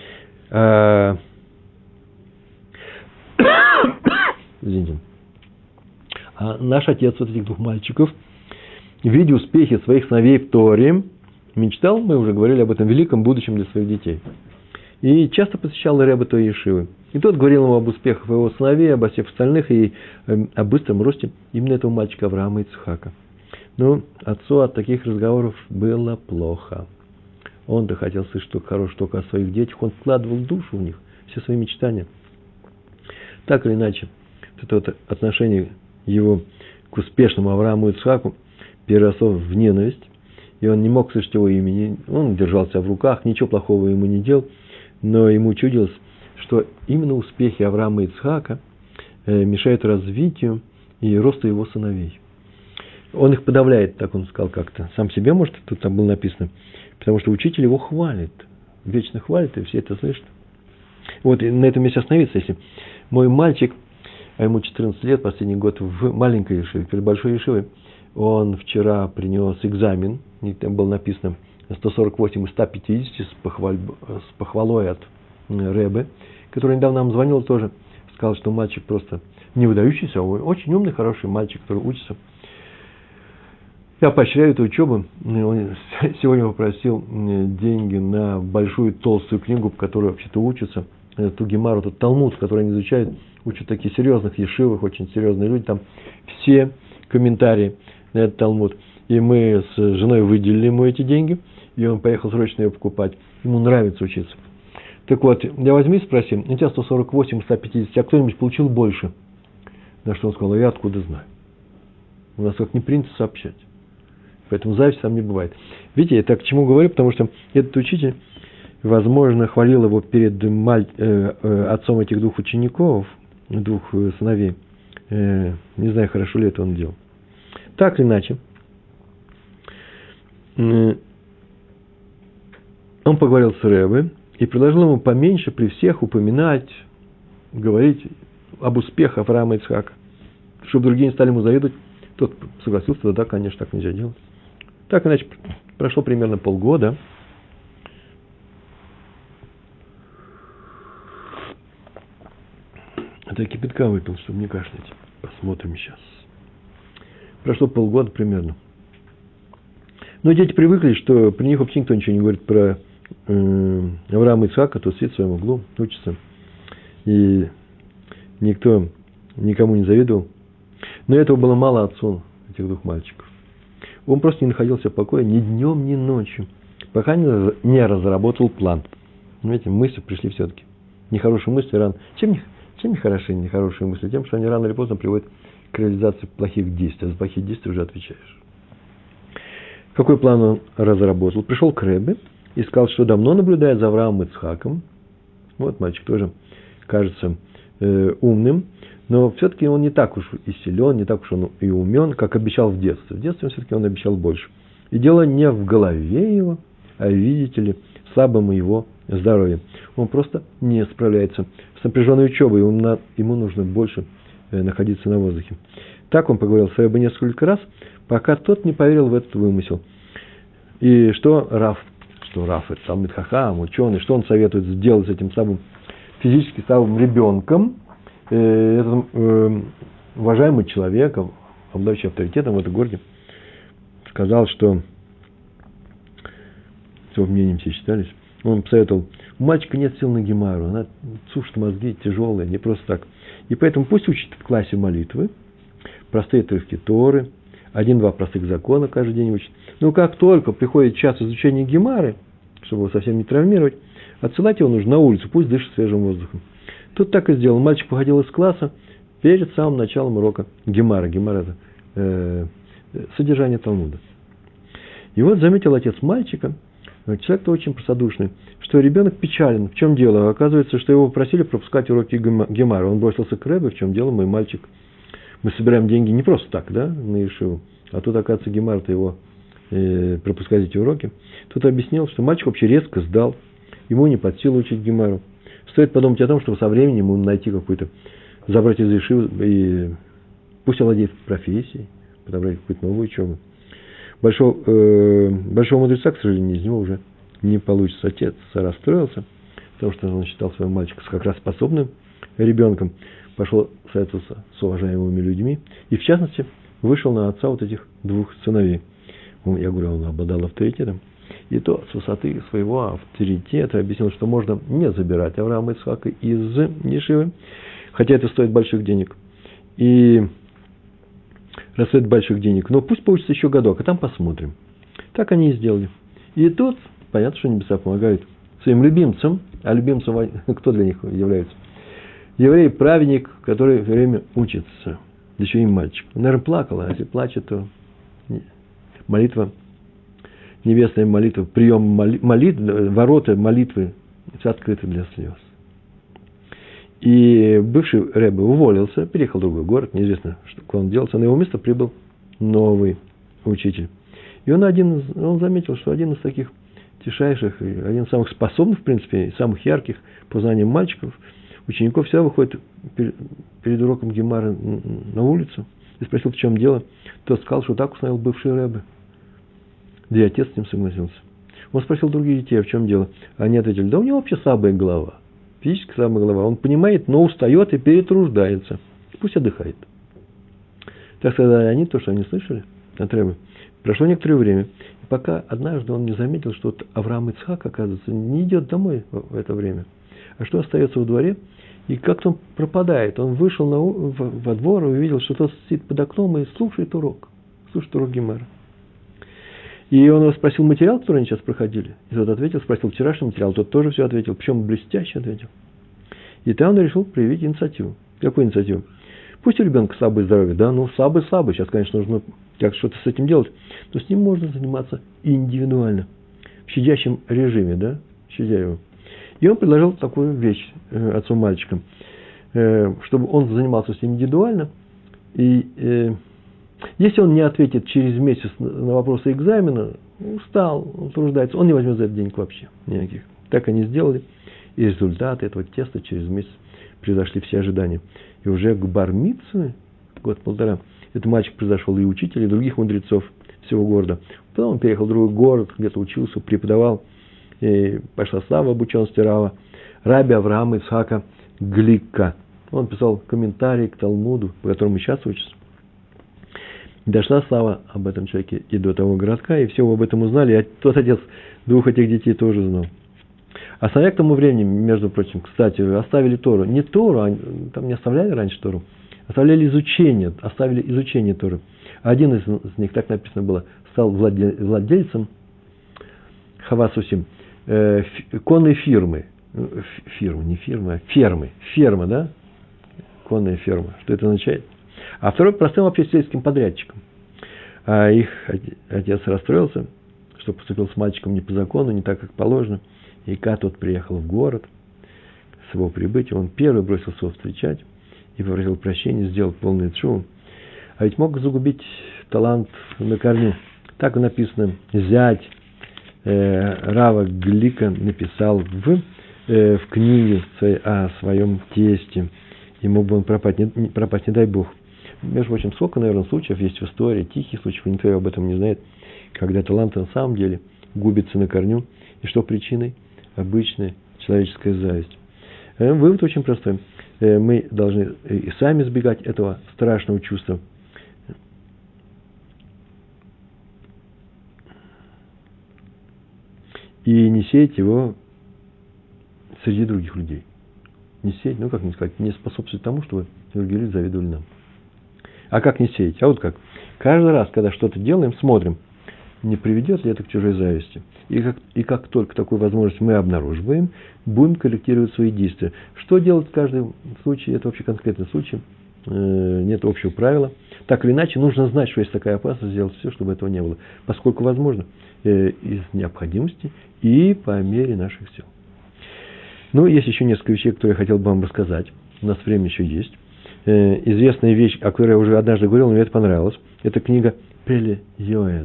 Извините. А наш отец вот этих двух мальчиков, видя успехи своих сыновей в Торе, мечтал, мы уже говорили об этом, великом будущем для своих детей. И часто посещал Ребе той ешивы. И тот говорил ему об успехах его сыновей, обо всех остальных, и о быстром росте именно этого мальчика Авраама Ицхака. Но отцу от таких разговоров было плохо. Он-то хотел слышать только хорошее, только о своих детях. Он вкладывал душу в них, все свои мечтания. Так или иначе, это вот отношение его к успешному Аврааму Ицхаку переросло в ненависть. И он не мог слышать его имени. Он держал себя в руках, ничего плохого ему не делал. Но ему чудилось, что именно успехи Авраама Ицхака мешают развитию и росту его сыновей. Он их подавляет, так он сказал как-то. Сам себе, может, тут там было написано. Потому что учитель его хвалит. Вечно хвалит, и все это слышат. Вот, и на этом месте остановиться, если мой мальчик, а ему 14 лет, последний год в маленькой ешиве, перед большой ешивой, он вчера принес экзамен, и там было написано 148 из 150 с похвалой от Ребе, который недавно нам звонил тоже, сказал, что мальчик просто не выдающийся, а очень умный, хороший мальчик, который учится. Я поощряю эту учебу. Он сегодня попросил деньги на большую толстую книгу, по которой вообще-то учатся. Ту Гемару, тот Талмуд, который они изучают, учат таких серьезных ешивах, очень серьезные люди. Там все комментарии на этот Талмуд. И мы с женой выделили ему эти деньги, и он поехал срочно ее покупать. Ему нравится учиться. Так вот, я возьми и спроси, у тебя 148 из 150, а кто-нибудь получил больше? На что он сказал, я откуда знаю? У нас как не принято сообщать. Поэтому зависти там не бывает. Видите, я так к чему говорю? Потому что этот учитель, возможно, хвалил его перед отцом этих двух учеников, двух сыновей. Не знаю, хорошо ли это он делал. Так или иначе, он поговорил с Ребе и предложил ему поменьше при всех упоминать, говорить об успехах Авраама Ицхака, чтобы другие не стали ему завидовать. Тот согласился, да, конечно, так нельзя делать. Так иначе прошло примерно полгода. Это я кипятка выпил, чтобы не кашлять. Посмотрим сейчас. Прошло полгода примерно. Но дети привыкли, что при них вообще никто ничего не говорит про Авраама Ицхака, то сидит в своем углу, учится. И никто никому не завидовал. Но этого было мало отцу этих двух мальчиков. Он просто не находился в покое ни днем, ни ночью, пока не разработал план. Видите, мысли пришли все-таки. Нехорошие мысли рано. Чем не хороши нехорошие мысли? Тем, что они рано или поздно приводят к реализации плохих действий. А за плохие действия уже отвечаешь. Какой план он разработал? Пришел к Ребе и сказал, что давно наблюдает за Авраамом и Ицхаком. Вот мальчик тоже кажется умным, но все-таки он не так уж и силен, не так уж он и умен, как обещал в детстве. В детстве все-таки он обещал больше. И дело не в голове его, а, видите ли, в слабом его здоровье. Он просто не справляется с напряженной учебой, ему нужно больше находиться на воздухе. Так он поговорил с Ребе несколько раз, пока тот не поверил в этот вымысел. И что Рав, это Талмид Хахам, ученый, что он советует сделать с этим слабым, физически слабым ребенком, этот уважаемый человек, обладающий авторитетом в этом городе, сказал, что с его мнением все считались, он посоветовал, у мальчика нет сил на гемару, она сушит мозги тяжелые, не просто так. И поэтому пусть учит в классе молитвы, простые отрывки Торы, 1-2 простых закона каждый день учит. Но как только приходит час изучения гемары, чтобы его совсем не травмировать, отсылать его нужно на улицу, пусть дышит свежим воздухом. Тут так и сделал. Мальчик выходил из класса перед самым началом урока гемара. Гемара – это содержание Талмуда. И вот заметил отец мальчика, человек-то очень простодушный, что ребенок печален. В чем дело? Оказывается, что его попросили пропускать уроки гемара. Он бросился к Ребе, в чем дело, мой мальчик. Мы собираем деньги не просто так, да, на Ешиву. А тут, оказывается, гемар-то его пропускать эти уроки. Тут объяснил, что мальчик вообще резко сдал. Ему не под силу учить гемару. Стоит подумать о том, чтобы со временем ему найти какую-то, забрать из Ешивы, и пусть овладеет профессией, подобрать какую-то новую учебу. Большого мудреца, к сожалению, из него уже не получится. Отец расстроился, потому что он считал своего мальчика как раз способным ребенком. Пошел советоваться с уважаемыми людьми. И, в частности, вышел на отца вот этих 2 сыновей. Я говорю, он обладал авторитетом. И то с высоты своего авторитета объяснил, что можно не забирать Авраама и Ицхака из Ешивы, хотя это стоит больших денег. И стоит больших денег. Но пусть поучится еще годок, а там посмотрим. Так они и сделали. И тут, понятно, что небеса помогают своим любимцам. А любимцем кто для них является? Еврей-праведник, который все время учится. Да еще и мальчик. Он, наверное, плакал, а если плачет, то молитва, небесная молитва, прием молитвы, ворота молитвы все открыты для слез. И бывший Ребе уволился, переехал в другой город, неизвестно, что он делал, на его место прибыл новый учитель. И он заметил, что один из таких тишайших, один из самых способных, в принципе, и самых ярких по знаниям мальчиков, учеников, всегда выходит перед уроком гемары на улицу и спросил, в чем дело. Тот сказал, что так установил бывший Ребе. Да и отец с ним согласился. Он спросил других детей, в чем дело. Они ответили, да у него вообще слабая голова. Физически слабая голова. Он понимает, но устает и перетруждается. Пусть отдыхает. Так сказали они, то, что они слышали от Ребе. Прошло некоторое время. И пока однажды он не заметил, что Авраам Ицхак, оказывается, не идет домой в это время. А что остается во дворе? И как-то он пропадает. Он вышел во двор и увидел, что тот сидит под окном и слушает урок. Слушает урок гемара. И он его спросил материал, который они сейчас проходили. И тот ответил, спросил вчерашний материал. Тот тоже все ответил. Причем блестяще ответил. И тогда он решил проявить инициативу. Какую инициативу? Пусть у ребенка слабое здоровье. Да, слабый. Сейчас, конечно, нужно что-то с этим делать. Но с ним можно заниматься индивидуально. В щадящем режиме, да, щадя его. И он предложил такую вещь отцу мальчика, чтобы он занимался с ним индивидуально. И если он не ответит через месяц на вопросы экзамена, устал, утруждается, он не возьмет за это денег вообще никаких. Так они сделали. И результаты этого теста через месяц превзошли все ожидания. И уже к бар-мицве, год-полтора, этот мальчик произошел и учитель, и других мудрецов всего города. Потом он переехал в другой город, где-то учился, преподавал. И пошла слава об учености Раби Авраама Ицхака Глика. Он писал комментарий к Талмуду, по которому сейчас учится. Дошла слава об этом человеке и до того городка, и все об этом узнали. И тот отец 2 этих детей тоже знал. А сыновья к тому времени, между прочим, кстати, оставили Тору. Не Тору, там не оставляли раньше Тору, оставили изучение, оставили изучение Торы. Один из них, так написано было, стал владельцем Хавасусим, конной фирмы. фирму, не фирма, а фермы. Ферма, да? Конная ферма. Что это означает? А второй простым вообще сельским подрядчиком. А их отец расстроился, что поступил с мальчиком не по закону, не так, как положено. И когда тот приехал в город, с его прибытием, он первый бросился его встречать и попросил прощения, сделал полный тшуву. А ведь мог загубить талант на корню. Так написано, зять Рава Глика написал в книге о своем тесте. И мог бы он пропасть, не дай Бог. Между прочим, сколько, наверное, случаев есть в истории, тихих случаев, никто об этом не знает, когда талант на самом деле губится на корню. И что причиной? Обычная человеческая зависть. Вывод очень простой. Мы должны и сами избегать этого страшного чувства. И не сеять его среди других людей. Не сеять, как мне сказать, не способствовать тому, чтобы другие люди завидовали нам. А как не сеять? А вот как. Каждый раз, когда что-то делаем, смотрим, не приведет ли это к чужой зависти. И как только такую возможность мы обнаруживаем, будем корректировать свои действия. Что делать в каждом случае? Это вообще конкретный случай. Нет общего правила. Так или иначе, нужно знать, что есть такая опасность, сделать все, чтобы этого не было. Поскольку возможно, из необходимости и по мере наших сил. Есть еще несколько вещей, которые я хотел бы вам рассказать. У нас время еще есть. Известная вещь, о которой я уже однажды говорил, но мне это понравилось. Это книга Пеле Йоэц.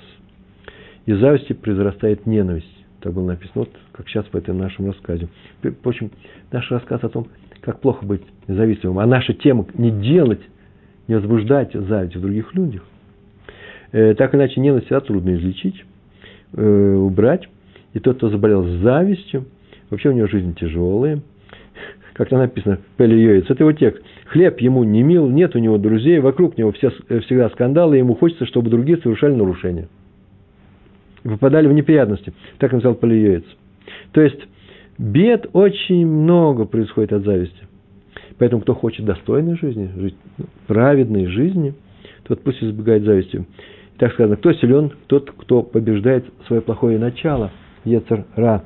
Из зависти произрастает ненависть. Так было написано, как сейчас в этом нашем рассказе. Впрочем, наш рассказ о том, как плохо быть завистливым, а наша тема не делать, не возбуждать зависть в других людях. Так иначе ненависть всегда трудно излечить, убрать. И тот, кто заболел завистью, вообще у него жизнь тяжелая. Как там написано, Пеле Йоэц, это его текст. Хлеб ему не мил, нет у него друзей, вокруг него всегда скандалы, и ему хочется, чтобы другие совершали нарушения. И попадали в неприятности. Так написал Пеле Йоэц. То есть, бед очень много происходит от зависти. Поэтому, кто хочет достойной жизни, жить праведной жизни, тот пусть избегает зависти. И так сказано, кто силен, тот, кто побеждает свое плохое начало, Йецер Ра.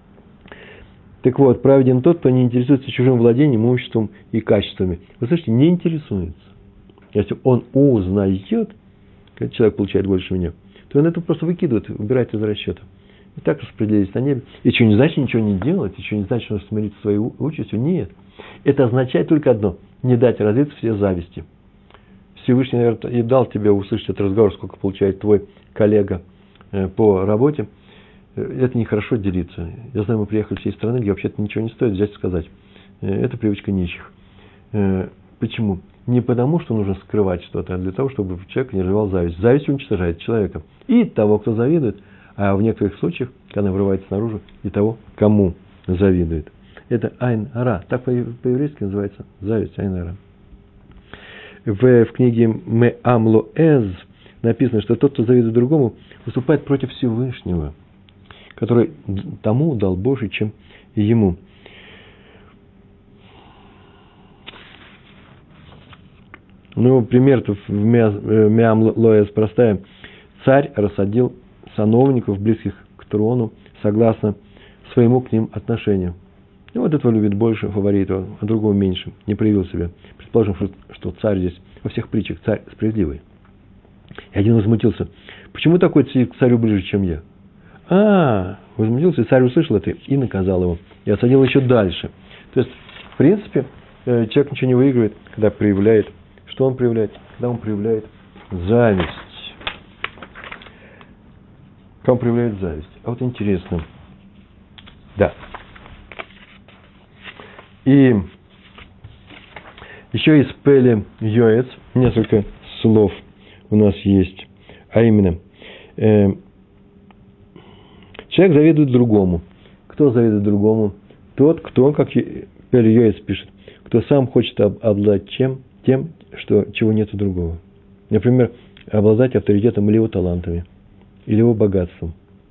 Так вот, праведен тот, кто не интересуется чужим владением, имуществом и качествами. Вы слышите, не интересуется. Если он узнает, когда человек получает больше меня, то он это просто выкидывает, убирает из расчета. И так распределились на небе. И что, не значит ничего не делать, и что не значит, что смириться своей участью? Нет. Это означает только одно – не дать развиться все зависти. Всевышний, наверное, и дал тебе услышать этот разговор, сколько получает твой коллега по работе. Это нехорошо делиться. Я знаю, мы приехали всей страны, где вообще-то ничего не стоит взять и сказать. Это привычка нищих. Почему? Не потому, что нужно скрывать что-то, а для того, чтобы человек не развивал зависть. Зависть уничтожает человека. И того, кто завидует, а в некоторых случаях, когда она вырывается наружу, и того, кому завидует. Это айн-ара. Так по-еврейски называется зависть, айн-ара. В книге Ме'ам Лоэз написано, что тот, кто завидует другому, выступает против Всевышнего, который тому дал больше, чем ему. Пример в Ме'ам Лоэз простая. Царь рассадил сановников, близких к трону, согласно своему к ним отношению. И этого любит больше, фаворит, а другого меньше, не проявил себя. Предположим, что царь здесь, во всех притчах, царь справедливый. И один возмутился. Почему такой к царю ближе, чем я? Возмутился, и царь услышал это и наказал его. И осадил еще дальше. То есть, в принципе, человек ничего не выигрывает, когда проявляет. Что он проявляет? Когда он проявляет зависть. Когда он проявляет зависть. А вот интересно. Да. И еще из Пеле Йоэц несколько слов у нас есть. А именно, человек завидует другому. Кто завидует другому? Тот, кто, как Пеле Йоэц пишет, кто сам хочет обладать тем, чего нет у другого. Например, обладать авторитетом или его талантами, или его богатством.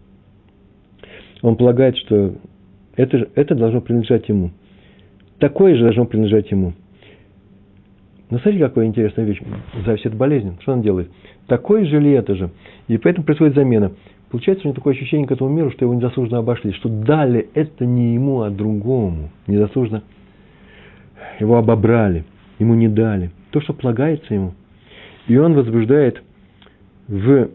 Он полагает, что это должно принадлежать ему. Такое же должно принадлежать ему. Но смотрите, какая интересная вещь. Зависть – это болезнь. Что он делает? Такое же ли это же? И поэтому происходит замена. получается у него такое ощущение к этому миру, что его незаслуженно обошли, что дали это не ему, а другому. Незаслуженно его обобрали, ему не дали. То, что полагается ему. И он возбуждает в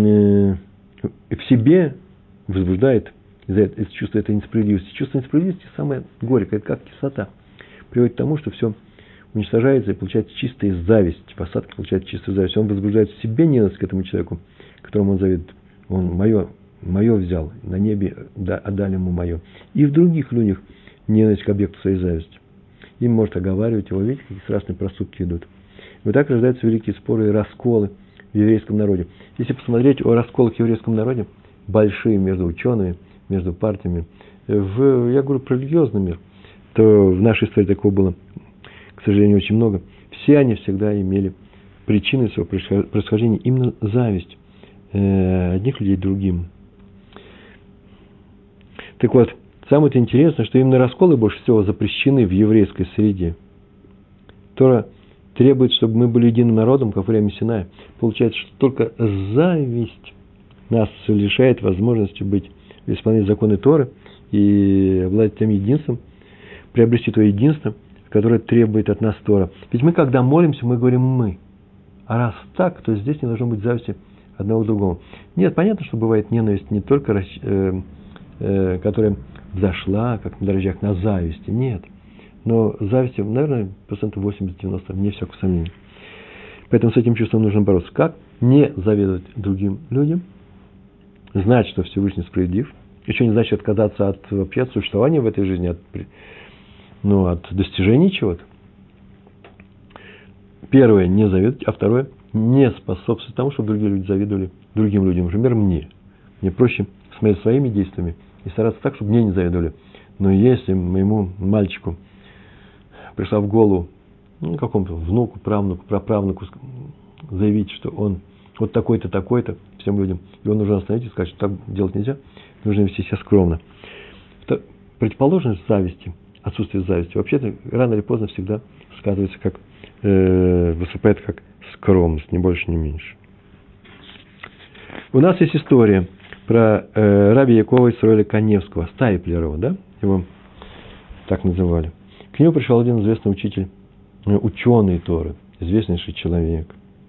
себе, возбуждает из чувства этой несправедливости. Чувство несправедливости самое горькое, это как кислота. Приводит к тому, что все уничтожается и получается чистая зависть. В осадке получается чистая зависть. Он возбуждает в себе ненависть к этому человеку, которому он завидует. Он мое взял, на небе отдали ему мое. И в других людях ненависть к объекту своей зависти. Им может оговаривать его, видите, какие страшные проступки идут. И вот так рождаются великие споры и расколы в еврейском народе. Если посмотреть о расколах в еврейском народе, большие между учеными, между партиями, я говорю про религиозный мир, то в нашей истории такого было, к сожалению, очень много. Все они всегда имели причиной своего происхождения именно зависть одних людей другим. Так вот, самое интересное, что именно расколы больше всего запрещены в еврейской среде. Тора требует, чтобы мы были единым народом, как во время Синая. Получается, что только зависть нас лишает возможности быть в исполнении законы Торы и обладать тем единством, приобрести то единство, которое требует от нас Тора. Ведь мы, когда молимся, мы говорим «мы». А раз так, то здесь не должно быть зависти одного к другому. Нет, понятно, что бывает ненависть не только, которая взошла, как на дрожжах, на зависти. Нет. Но зависти, наверное, 80-90%, не всякого сомнения. Поэтому с этим чувством нужно бороться. Как? Не завидовать другим людям, знать, что Всевышний справедлив. Еще не значит отказаться от существования в этой жизни, от достижений чего-то. Первое – не завидовать, а второе – не способствовать тому, чтобы другие люди завидовали другим людям. Например, мне. Мне проще смотреть своими действиями и стараться так, чтобы мне не завидовали. Но если моему мальчику пришла в голову, какому-то внуку, правнуку, праправнуку заявить, что он вот такой-то, такой-то, всем людям, и он нужно остановить и сказать, что так делать нельзя, нужно вести себя скромно. Это противоположность зависти, отсутствие зависти, вообще-то рано или поздно всегда сказывается как, выступает как скромность, ни больше, ни меньше. У нас есть история про раби Якова Исроэля Каневского, Стайплерова, да, его так называли. К нему пришел один известный учитель, ученый Торы, известнейший человек.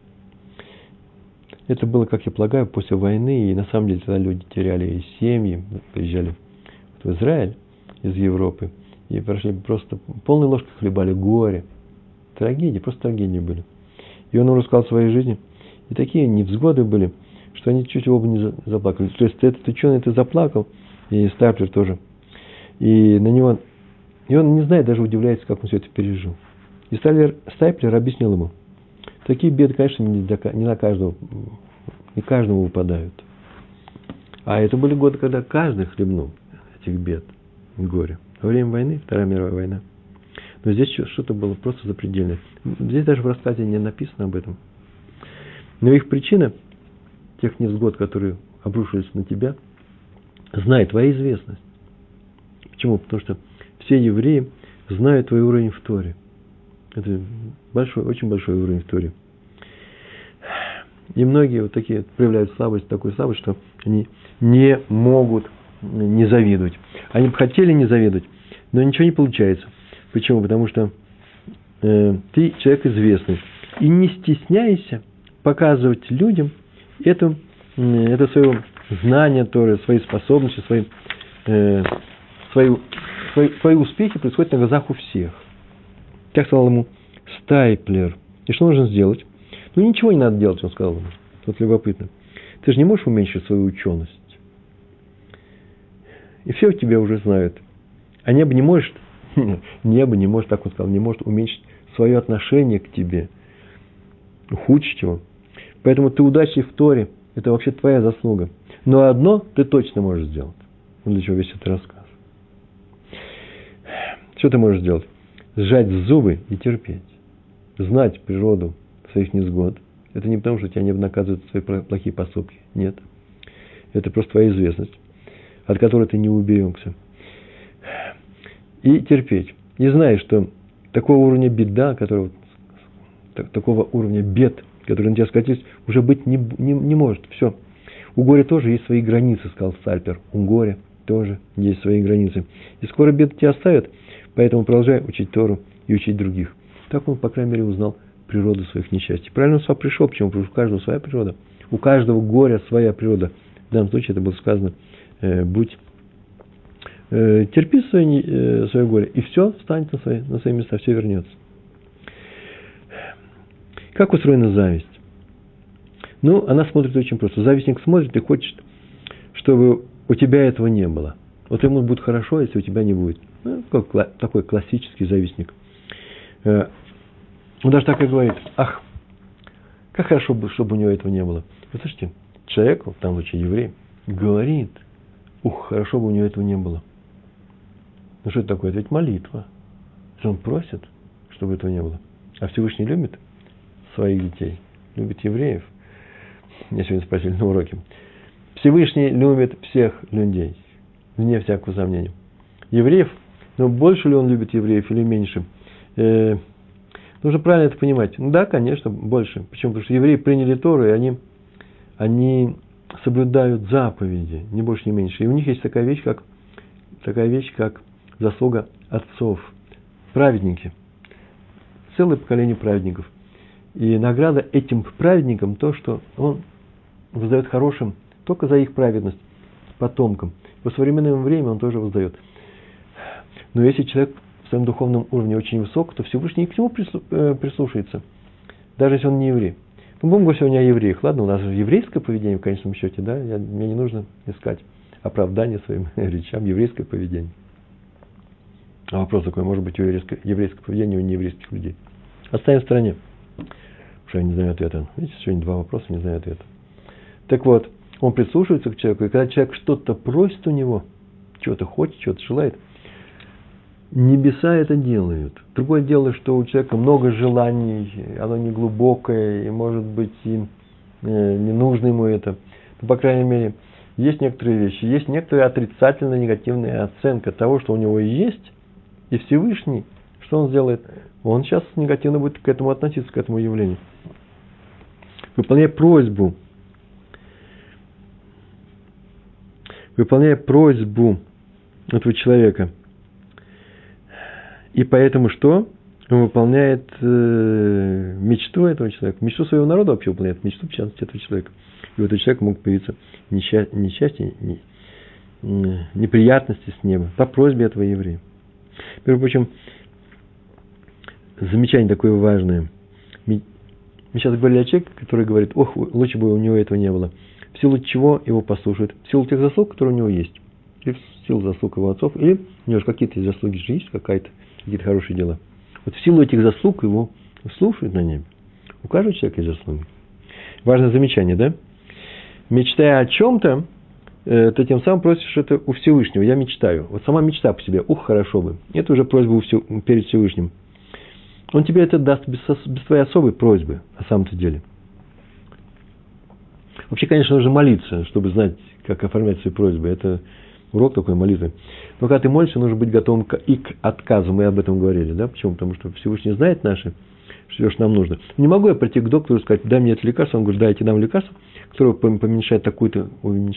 Это было, как я полагаю, после войны, и на самом деле тогда люди теряли и семьи, приезжали в Израиль из Европы, и прошли просто полной ложкой хлебали горе, трагедии, просто трагедии были. И он им рассказал о своей жизни, и такие невзгоды были, что они чуть оба не заплакали. То есть этот ученый заплакал, и Стайплер тоже. И на него, и он не знает, даже удивляется, как он все это пережил. И Стайплер объяснил ему, такие беды, конечно, не на каждого, не каждому выпадают. А это были годы, когда каждый хлебнул этих бед, горя. Во время войны, Вторая мировая война. Но здесь что-то было просто запредельное. Здесь даже в рассказе не написано об этом. Но их причина, тех невзгод, которые обрушились на тебя, знает твоя известность. Почему? Потому что все евреи знают твой уровень в Торе. Это большой, очень большой уровень в Торе. И многие вот такие проявляют слабость, такую слабость, что они не могут не завидовать. Они бы хотели не завидовать, но ничего не получается. Почему? Потому что ты человек известный. И не стесняйся показывать людям это свое знание Торы, свои способности, свои успехи происходят на глазах у всех. Так сказал ему Стайплер. И что нужно сделать? Ну, ничего не надо делать, он сказал ему. Вот любопытно. Ты же не можешь уменьшить свою ученость. И все тебя уже знают. А небо не может, так он сказал, не может уменьшить свое отношение к тебе, ухудшить его. Поэтому ты удачлив в Торе, это вообще твоя заслуга. Но одно ты точно можешь сделать. Для чего весь этот рассказ? Что ты можешь сделать? Сжать зубы и терпеть. Знать природу своих невзгод. Это не потому, что тебя не наказывают за свои плохие поступки. Нет. Это просто твоя известность, от которой ты не уберешься. И терпеть. И знаешь, что такого уровня беда, такого уровня бед, который на тебя скатились, уже быть не может. Все. У горя тоже есть свои границы, сказал Псальтер. У горя тоже есть свои границы. И скоро беды тебя оставят, поэтому продолжай учить Тору и учить других. Так он, по крайней мере, узнал природу своих несчастий. Правильно он сюда пришел, почему? Потому что у каждого своя природа. У каждого горя своя природа. В данном случае это было сказано, терпи свое горе, и все встанет на свои места, все вернется. Как устроена зависть? Ну, она смотрит очень просто. Завистник смотрит и хочет, чтобы у тебя этого не было. Вот ему будет хорошо, если у тебя не будет. Ну, такой классический завистник. Он даже так и говорит: ах, как хорошо бы, чтобы у него этого не было. Вы слышите, человек, в данном случае еврей, говорит: ух, хорошо бы у него этого не было. Ну, что это такое? Это ведь молитва. Он просит, чтобы этого не было. А Всевышний любит своих детей, любит евреев. Меня сегодня спросили на уроке. Всевышний любит всех людей, вне всякого сомнения. Евреев, но больше ли он любит евреев или меньше? Нужно правильно это понимать. Ну да, конечно, больше. Почему? Потому что евреи приняли Тору, и они соблюдают заповеди, ни больше, ни меньше. И у них есть такая вещь, как заслуга отцов. Праведники. Целое поколение праведников. И награда этим праведникам то, что он воздает хорошим только за их праведность потомкам. По современному времени он тоже воздает. Но если человек в своем духовном уровне очень высок, то Всевышний к нему прислушается, даже если он не еврей. Мы будем говорить сегодня о евреях. Ладно, у нас же еврейское поведение в конечном счете, да? Мне не нужно искать оправдание своим речам, еврейское поведение. А вопрос такой: может быть, еврейское поведение у нееврейских людей? Оставим в стороне. Уж я не знаю ответа. Видите, сегодня 2 вопроса, не знаю ответа. Так вот, он прислушивается к человеку, и когда человек что-то просит у него, чего-то хочет, чего-то желает, небеса это делают. Другое дело, что у человека много желаний, оно не глубокое, и, может быть, и не нужно ему это. Но, по крайней мере, есть некоторые вещи, есть некоторая отрицательная, негативная оценка того, что у него есть, и Всевышний, что он сделает? Он сейчас негативно будет к этому относиться, к этому явлению. Выполняя просьбу этого человека. И поэтому что? Он выполняет мечту этого человека, мечту своего народа вообще выполняет, мечту, в частности, этого человека. И у этого человека могут появиться несчастья, неприятности с неба по просьбе этого еврея. Между прочим, замечание такое важное. Мы сейчас говорили о человеке, который говорит: ох, лучше бы у него этого не было. В силу чего его послушают? В силу тех заслуг, которые у него есть. Или в силу заслуг его отцов, или у него же какие-то заслуги же есть, какие-то хорошие дела. Вот в силу этих заслуг его слушают на небе. У каждого человека есть заслуги. Важное замечание, да? Мечтая о чем-то, ты тем самым просишь это у Всевышнего. Я мечтаю. Вот сама мечта по себе. Ух, хорошо бы. Это уже просьба перед Всевышним. Он тебе это даст без твоей особой просьбы, на самом-то деле. Вообще, конечно, нужно молиться, чтобы знать, как оформлять свои просьбы. Это урок такой молитвы. Но когда ты молишься, нужно быть готовым и к отказу. Мы об этом говорили, да? Почему? Потому что Всевышний знает наши, что нам нужно. Не могу я прийти к доктору и сказать: дай мне это лекарство. Он говорит: дайте нам лекарство, которое уменьшает такую-то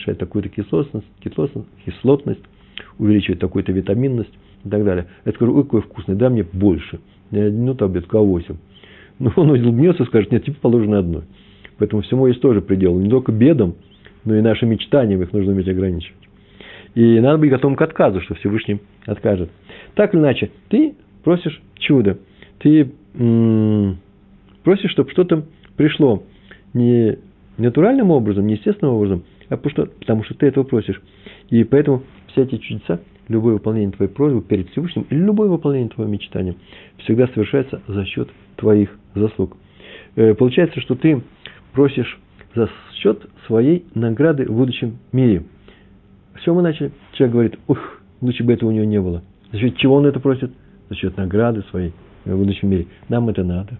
кислотность, увеличивает такую-то витаминность и так далее. Я скажу: ой, какой вкусный, дай мне больше. Не таблетку, а 8. Но он улыбнется и скажет: нет, тебе положено одно. Поэтому всему есть тоже предел. Не только бедам, но и нашим мечтаниям их нужно уметь ограничивать. И надо быть готовым к отказу, что Всевышний откажет. Так или иначе, ты просишь чудо. Ты просишь, чтобы что-то пришло не натуральным образом, не естественным образом, а потому что ты этого просишь. И поэтому все эти чудеса, любое выполнение твоей просьбы перед Всевышним или любое выполнение твоего мечтания всегда совершается за счет твоих заслуг. Получается, что ты просишь за счет своей награды в будущем мире. С чего мы начали? Человек говорит: ух, лучше бы этого у него не было. За счет чего он это просит? За счет награды своей в будущем мире. Нам это надо.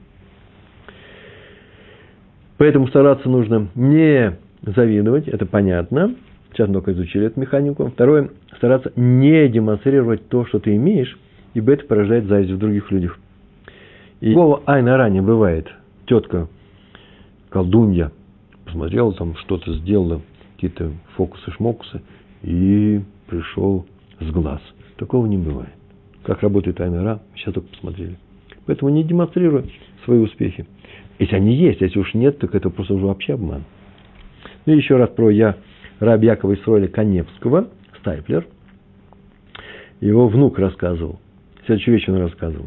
Поэтому стараться нужно не завидовать, это понятно. Сейчас мы только изучили эту механику. Второе, стараться не демонстрировать то, что ты имеешь, ибо это порождает зависть в других людях. И такого айна ранее бывает. Тетка, колдунья, посмотрела, там что-то сделала, какие-то фокусы-шмокусы, и пришел с глаз. Такого не бывает. Как работает тайная Ра, сейчас только посмотрели. Поэтому не демонстрируй свои успехи. Если они есть, если уж нет, так это просто уже вообще обман. Ну и еще раз про Раби Якова Исроэля Каневского, Стайплер. Его внук рассказывал. Следующую вещь он рассказывал.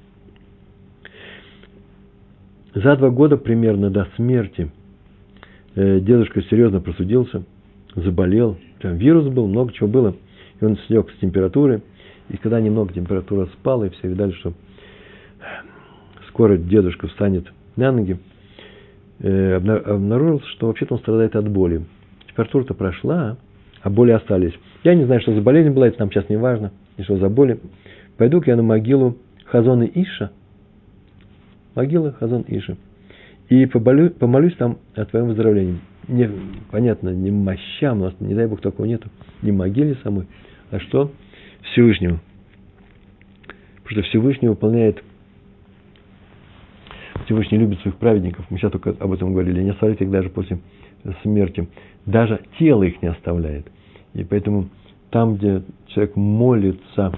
За 2 года примерно до смерти дедушка серьезно просудился, заболел. Там вирус был, много чего было. И он слег с температуры. И когда немного температура спала, и все видали, что скоро дедушка встанет на ноги, обнаружилось, что вообще-то он страдает от боли. Температура-то прошла, а боли остались. Я не знаю, что за болезнь была, это нам сейчас не важно, и что за боли. Пойду-ка я на могилу Хазона Иша, могила Хазон Иша, и помолюсь там о твоем выздоровлении. Понятно, не мощам, у нас, не дай Бог, такого нету, не могиле самой, а что? Всевышнему. Потому что Всевышний выполняет, Всевышний любит своих праведников. Мы сейчас только об этом говорили. Не оставляет их даже после смерти. Даже тело их не оставляет. И поэтому там, где человек молится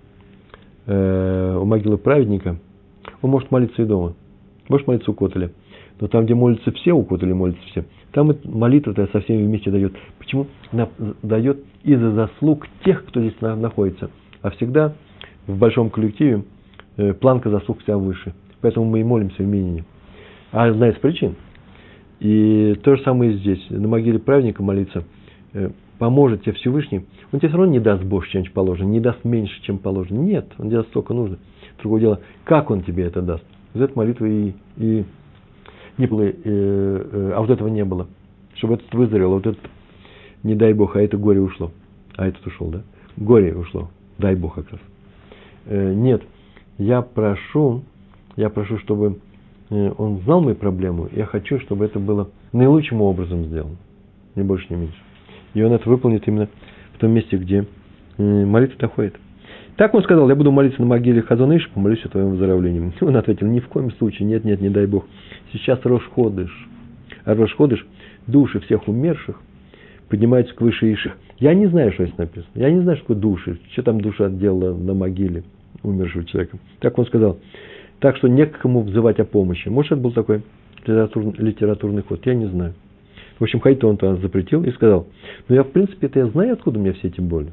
у могилы праведника, он может молиться и дома. Может молиться у Котеля. Но там, где молятся все, у Котеля молятся все, там молитва-то со всеми вместе дает. Почему? Она дает из-за заслуг тех, кто здесь находится. А всегда в большом коллективе планка заслуг вся выше. Поэтому мы и молимся в Минине. А одна из причин. И то же самое и здесь. На могиле праведника молиться поможет тебе Всевышний. Он тебе все равно не даст больше, чем положено. Не даст меньше, чем положено. Нет, он тебе даст столько нужно. Другое дело, как он тебе это даст. Вот этой молитвы и не было, а вот этого не было. Чтобы этот выздоровел, а вот этот, не дай Бог, а это горе ушло. А этот ушел, да? Горе ушло. Дай Бог как раз. Нет, я прошу, чтобы он знал мою проблему. Я хочу, чтобы это было наилучшим образом сделано. Ни больше, ни меньше. И он это выполнит именно в том месте, где молитва доходит. Так он сказал, я буду молиться на могиле Хазон Иша, помолюсь о твоем выздоровлении. Он ответил, ни в коем случае, нет, не дай Бог. Сейчас Рош Ходыш. А Рош Ходыш, души всех умерших поднимаются к выше Иша. Я не знаю, что здесь написано. Я не знаю, что такое души. Что там душа делала на могиле умершего человека. Так он сказал. Так что не к кому взывать о помощи. Может, это был такой литературный ход. Я не знаю. В общем, Хайтон-то запретил и сказал, ну я в принципе это я знаю, откуда у меня все эти боли.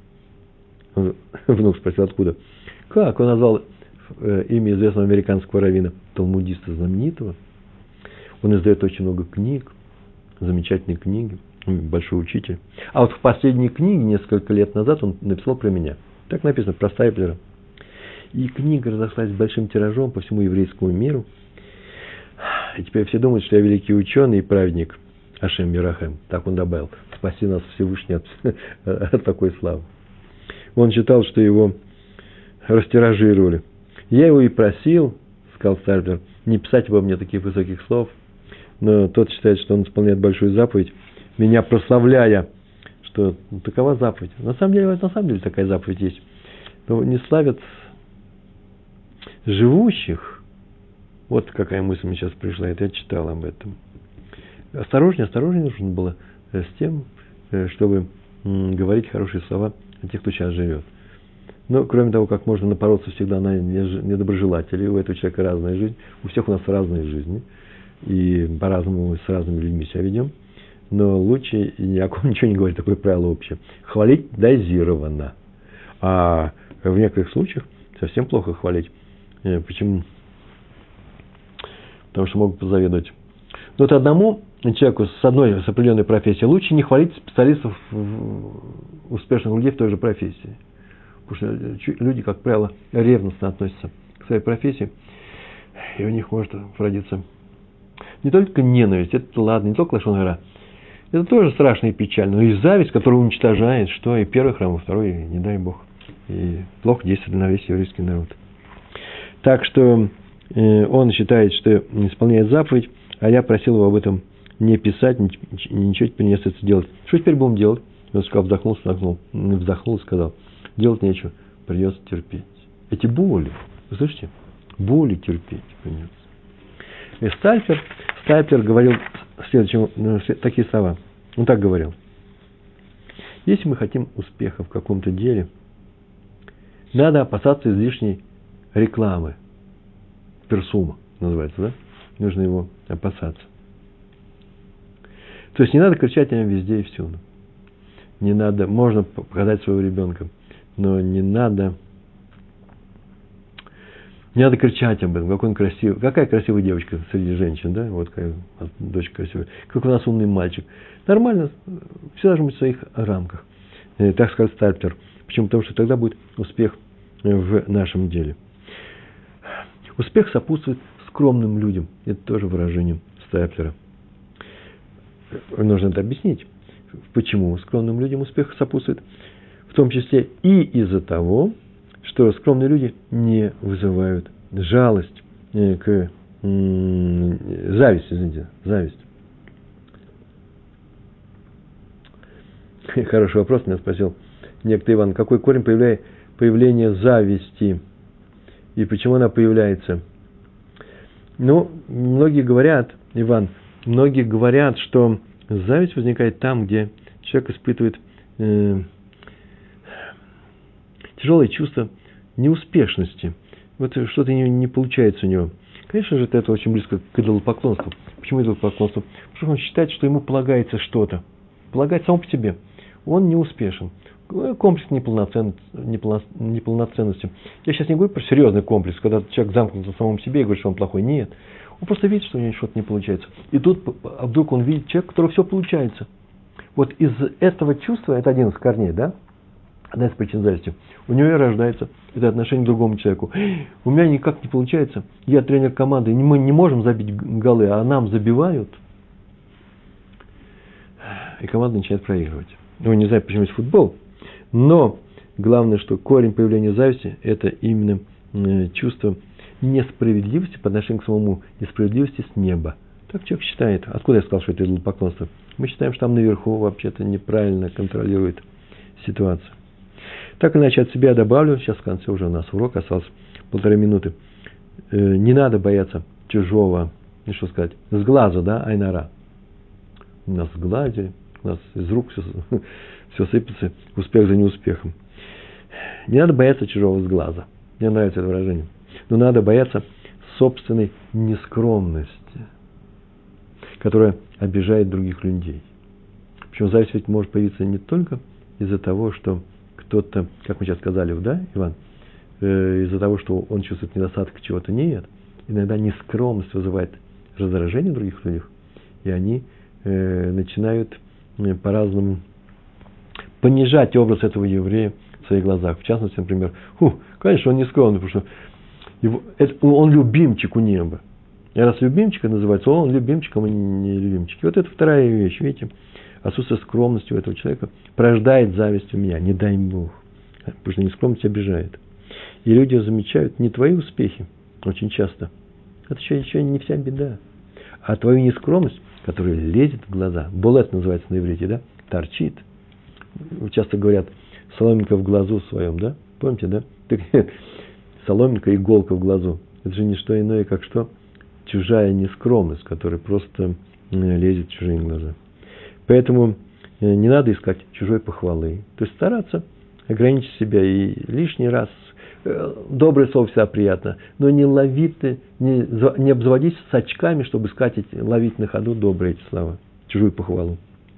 Внук спросил, откуда. Как? Он назвал имя известного американского раввина, талмудиста знаменитого. Он издает очень много книг, замечательные книги, большой учитель. А вот в последней книге, несколько лет назад, он написал про меня. Так написано, про Стайплера. И книга разошлась большим тиражом по всему еврейскому миру. И теперь все думают, что я великий ученый и праведник. Ашем Мирахем. Так он добавил. Спаси нас Всевышний от такой славы. Он считал, что его растиражировали. Я его и просил, сказал Стайплер, не писать обо мне таких высоких слов. Но тот считает, что он исполняет большую заповедь, меня прославляя, что такова заповедь. На самом деле такая заповедь есть. Но не славят живущих. Вот какая мысль мне сейчас пришла, это я читал об этом. Осторожнее нужно было с тем, чтобы говорить хорошие слова о тех, кто сейчас живет. Но, кроме того, как можно напороться всегда на недоброжелателей, у этого человека разная жизнь, у всех у нас разные жизни, и по-разному мы с разными людьми себя ведем, но лучше ни о ком ничего не говорить, такое правило общее. Хвалить дозированно, а в некоторых случаях совсем плохо хвалить. Почему? Потому что могут позавидовать. Но вот одному человеку с определенной профессией лучше не хвалить специалистов, успешных людей в той же профессии. Потому что люди, как правило, ревностно относятся к своей профессии, и у них может родиться не только ненависть, это ладно, не только лашон гара, это тоже страшно и печально, но и зависть, которая уничтожает, что и первый храм, и второй, и не дай Бог, и плохо действует на весь еврейский народ. Так что он считает, что исполняет заповедь, а я просил его об этом не писать, ничего теперь не остается делать. Что теперь будем делать? Он сказал, вздохнул и сказал, делать нечего, придется терпеть. Эти боли, вы слышите? Боли терпеть придется. И Стайплер говорил такие слова. Он так говорил. Если мы хотим успеха в каком-то деле, надо опасаться излишней рекламы. Персума называется, да? Нужно его опасаться. То есть не надо кричать о нем везде и всюду. Не надо, можно показать своего ребенка, но не надо кричать об этом, какой он красивый, какая красивая девочка среди женщин, да, вот какая дочка красивая, как у нас умный мальчик. Нормально, все должно быть в своих рамках, так сказать, стартер. Почему? Потому что тогда будет успех в нашем деле. Успех сопутствует скромным людям. Это тоже выражение Стайплера. Нужно это объяснить, почему скромным людям успех сопутствует. В том числе и из-за того, что скромные люди не вызывают жалость зависть, извините, зависть. Хороший вопрос меня спросил некто Иван. Какой корень появления зависти? И почему она появляется? Ну, многие говорят, Иван, что зависть возникает там, где человек испытывает тяжелое чувство неуспешности. Вот что-то не получается у него. Конечно же, это очень близко к идолопоклонству. Почему идолопоклонству? Потому что он считает, что ему полагается что-то. Полагает само по себе. Он не успешен. Комплекс неполноценности. Я сейчас не говорю про серьезный комплекс, когда человек замкнут на самом себе и говорит, что он плохой. Нет. Он просто видит, что у него что-то не получается. И тут вдруг он видит человека, у которого все получается. Вот из этого чувства, это один из корней, да? Одна из причин зависти. У него и рождается это отношение к другому человеку. У меня никак не получается. Я тренер команды. Мы не можем забить голы, а нам забивают. И команда начинает проигрывать. Ну, не знаю, почему есть футбол. Но главное, что корень появления зависти – это именно чувство несправедливости по отношению к самому, несправедливости с неба. Так человек считает. Откуда я сказал, что это идолопоклонство? Мы считаем, что там наверху вообще-то неправильно контролирует ситуацию. Так иначе от себя добавлю, сейчас в конце уже у нас урок, осталось 1,5 минуты. Не надо бояться чужого, что сказать, с глазу, да, айнара. У нас сгладили, у нас из рук все сыпется, успех за неуспехом. Не надо бояться чужого сглаза. Мне нравится это выражение. Но надо бояться собственной нескромности, которая обижает других людей. Причем зависть ведь может появиться не только из-за того, что кто-то, как мы сейчас сказали, да, Иван, из-за того, что он чувствует недостаток чего-то. Нет. Иногда нескромность вызывает раздражение в других людях, и они начинают по-разному понижать образ этого еврея в своих глазах. В частности, например, конечно, он не скромный, потому что он любимчик у неба. И раз любимчик это называется, он любимчик, а мы не любимчики. Вот это вторая вещь, видите, отсутствие скромности у этого человека порождает зависть у меня, не дай Бог. Потому что нескромность обижает. И люди замечают не твои успехи, очень часто. Это еще не вся беда. А твою нескромность, которая лезет в глаза. Болет называется на иврите, да? Торчит. Часто говорят, соломинка в глазу своем, да? Помните, да? Так, соломинка, иголка в глазу. Это же не что иное, как что? Чужая нескромность, которая просто лезет в чужие глаза. Поэтому не надо искать чужой похвалы. То есть стараться ограничить себя и лишний раз. Доброе слово всегда приятно, но не обзаводись с очками, чтобы ловить на ходу добрые эти слова, чужую похвалу.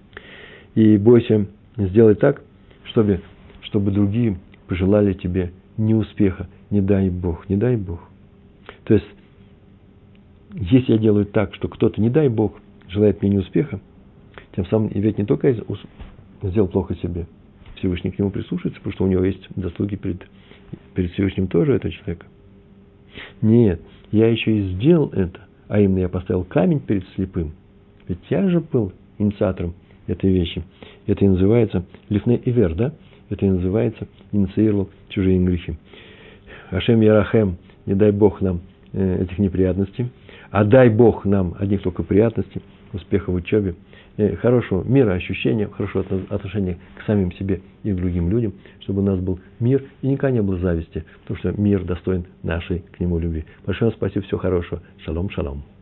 И бойся сделать так, чтобы другие пожелали тебе неуспеха. Не дай Бог, не дай Бог. То есть, если я делаю так, что кто-то, не дай Бог, желает мне неуспеха, тем самым ведь не только я сделал плохо себе, Всевышний к нему прислушается, потому что у него есть заслуги перед Всевышним тоже этого человека. Нет, я еще и сделал это, а именно я поставил камень перед слепым. Ведь я же был инициатором этой вещи. Это и называется лифней ивер, да? Это и называется инициировал чужие грехи. Ашем Ярахем, не дай Бог нам этих неприятностей, а дай Бог нам одних только приятностей, успеха в учебе, хорошего мира, ощущения, хорошего отношения к самим себе и к другим людям, чтобы у нас был мир и никогда не было зависти, потому что мир достоин нашей к нему любви. Большое спасибо, всего хорошего. Шалом, шалом.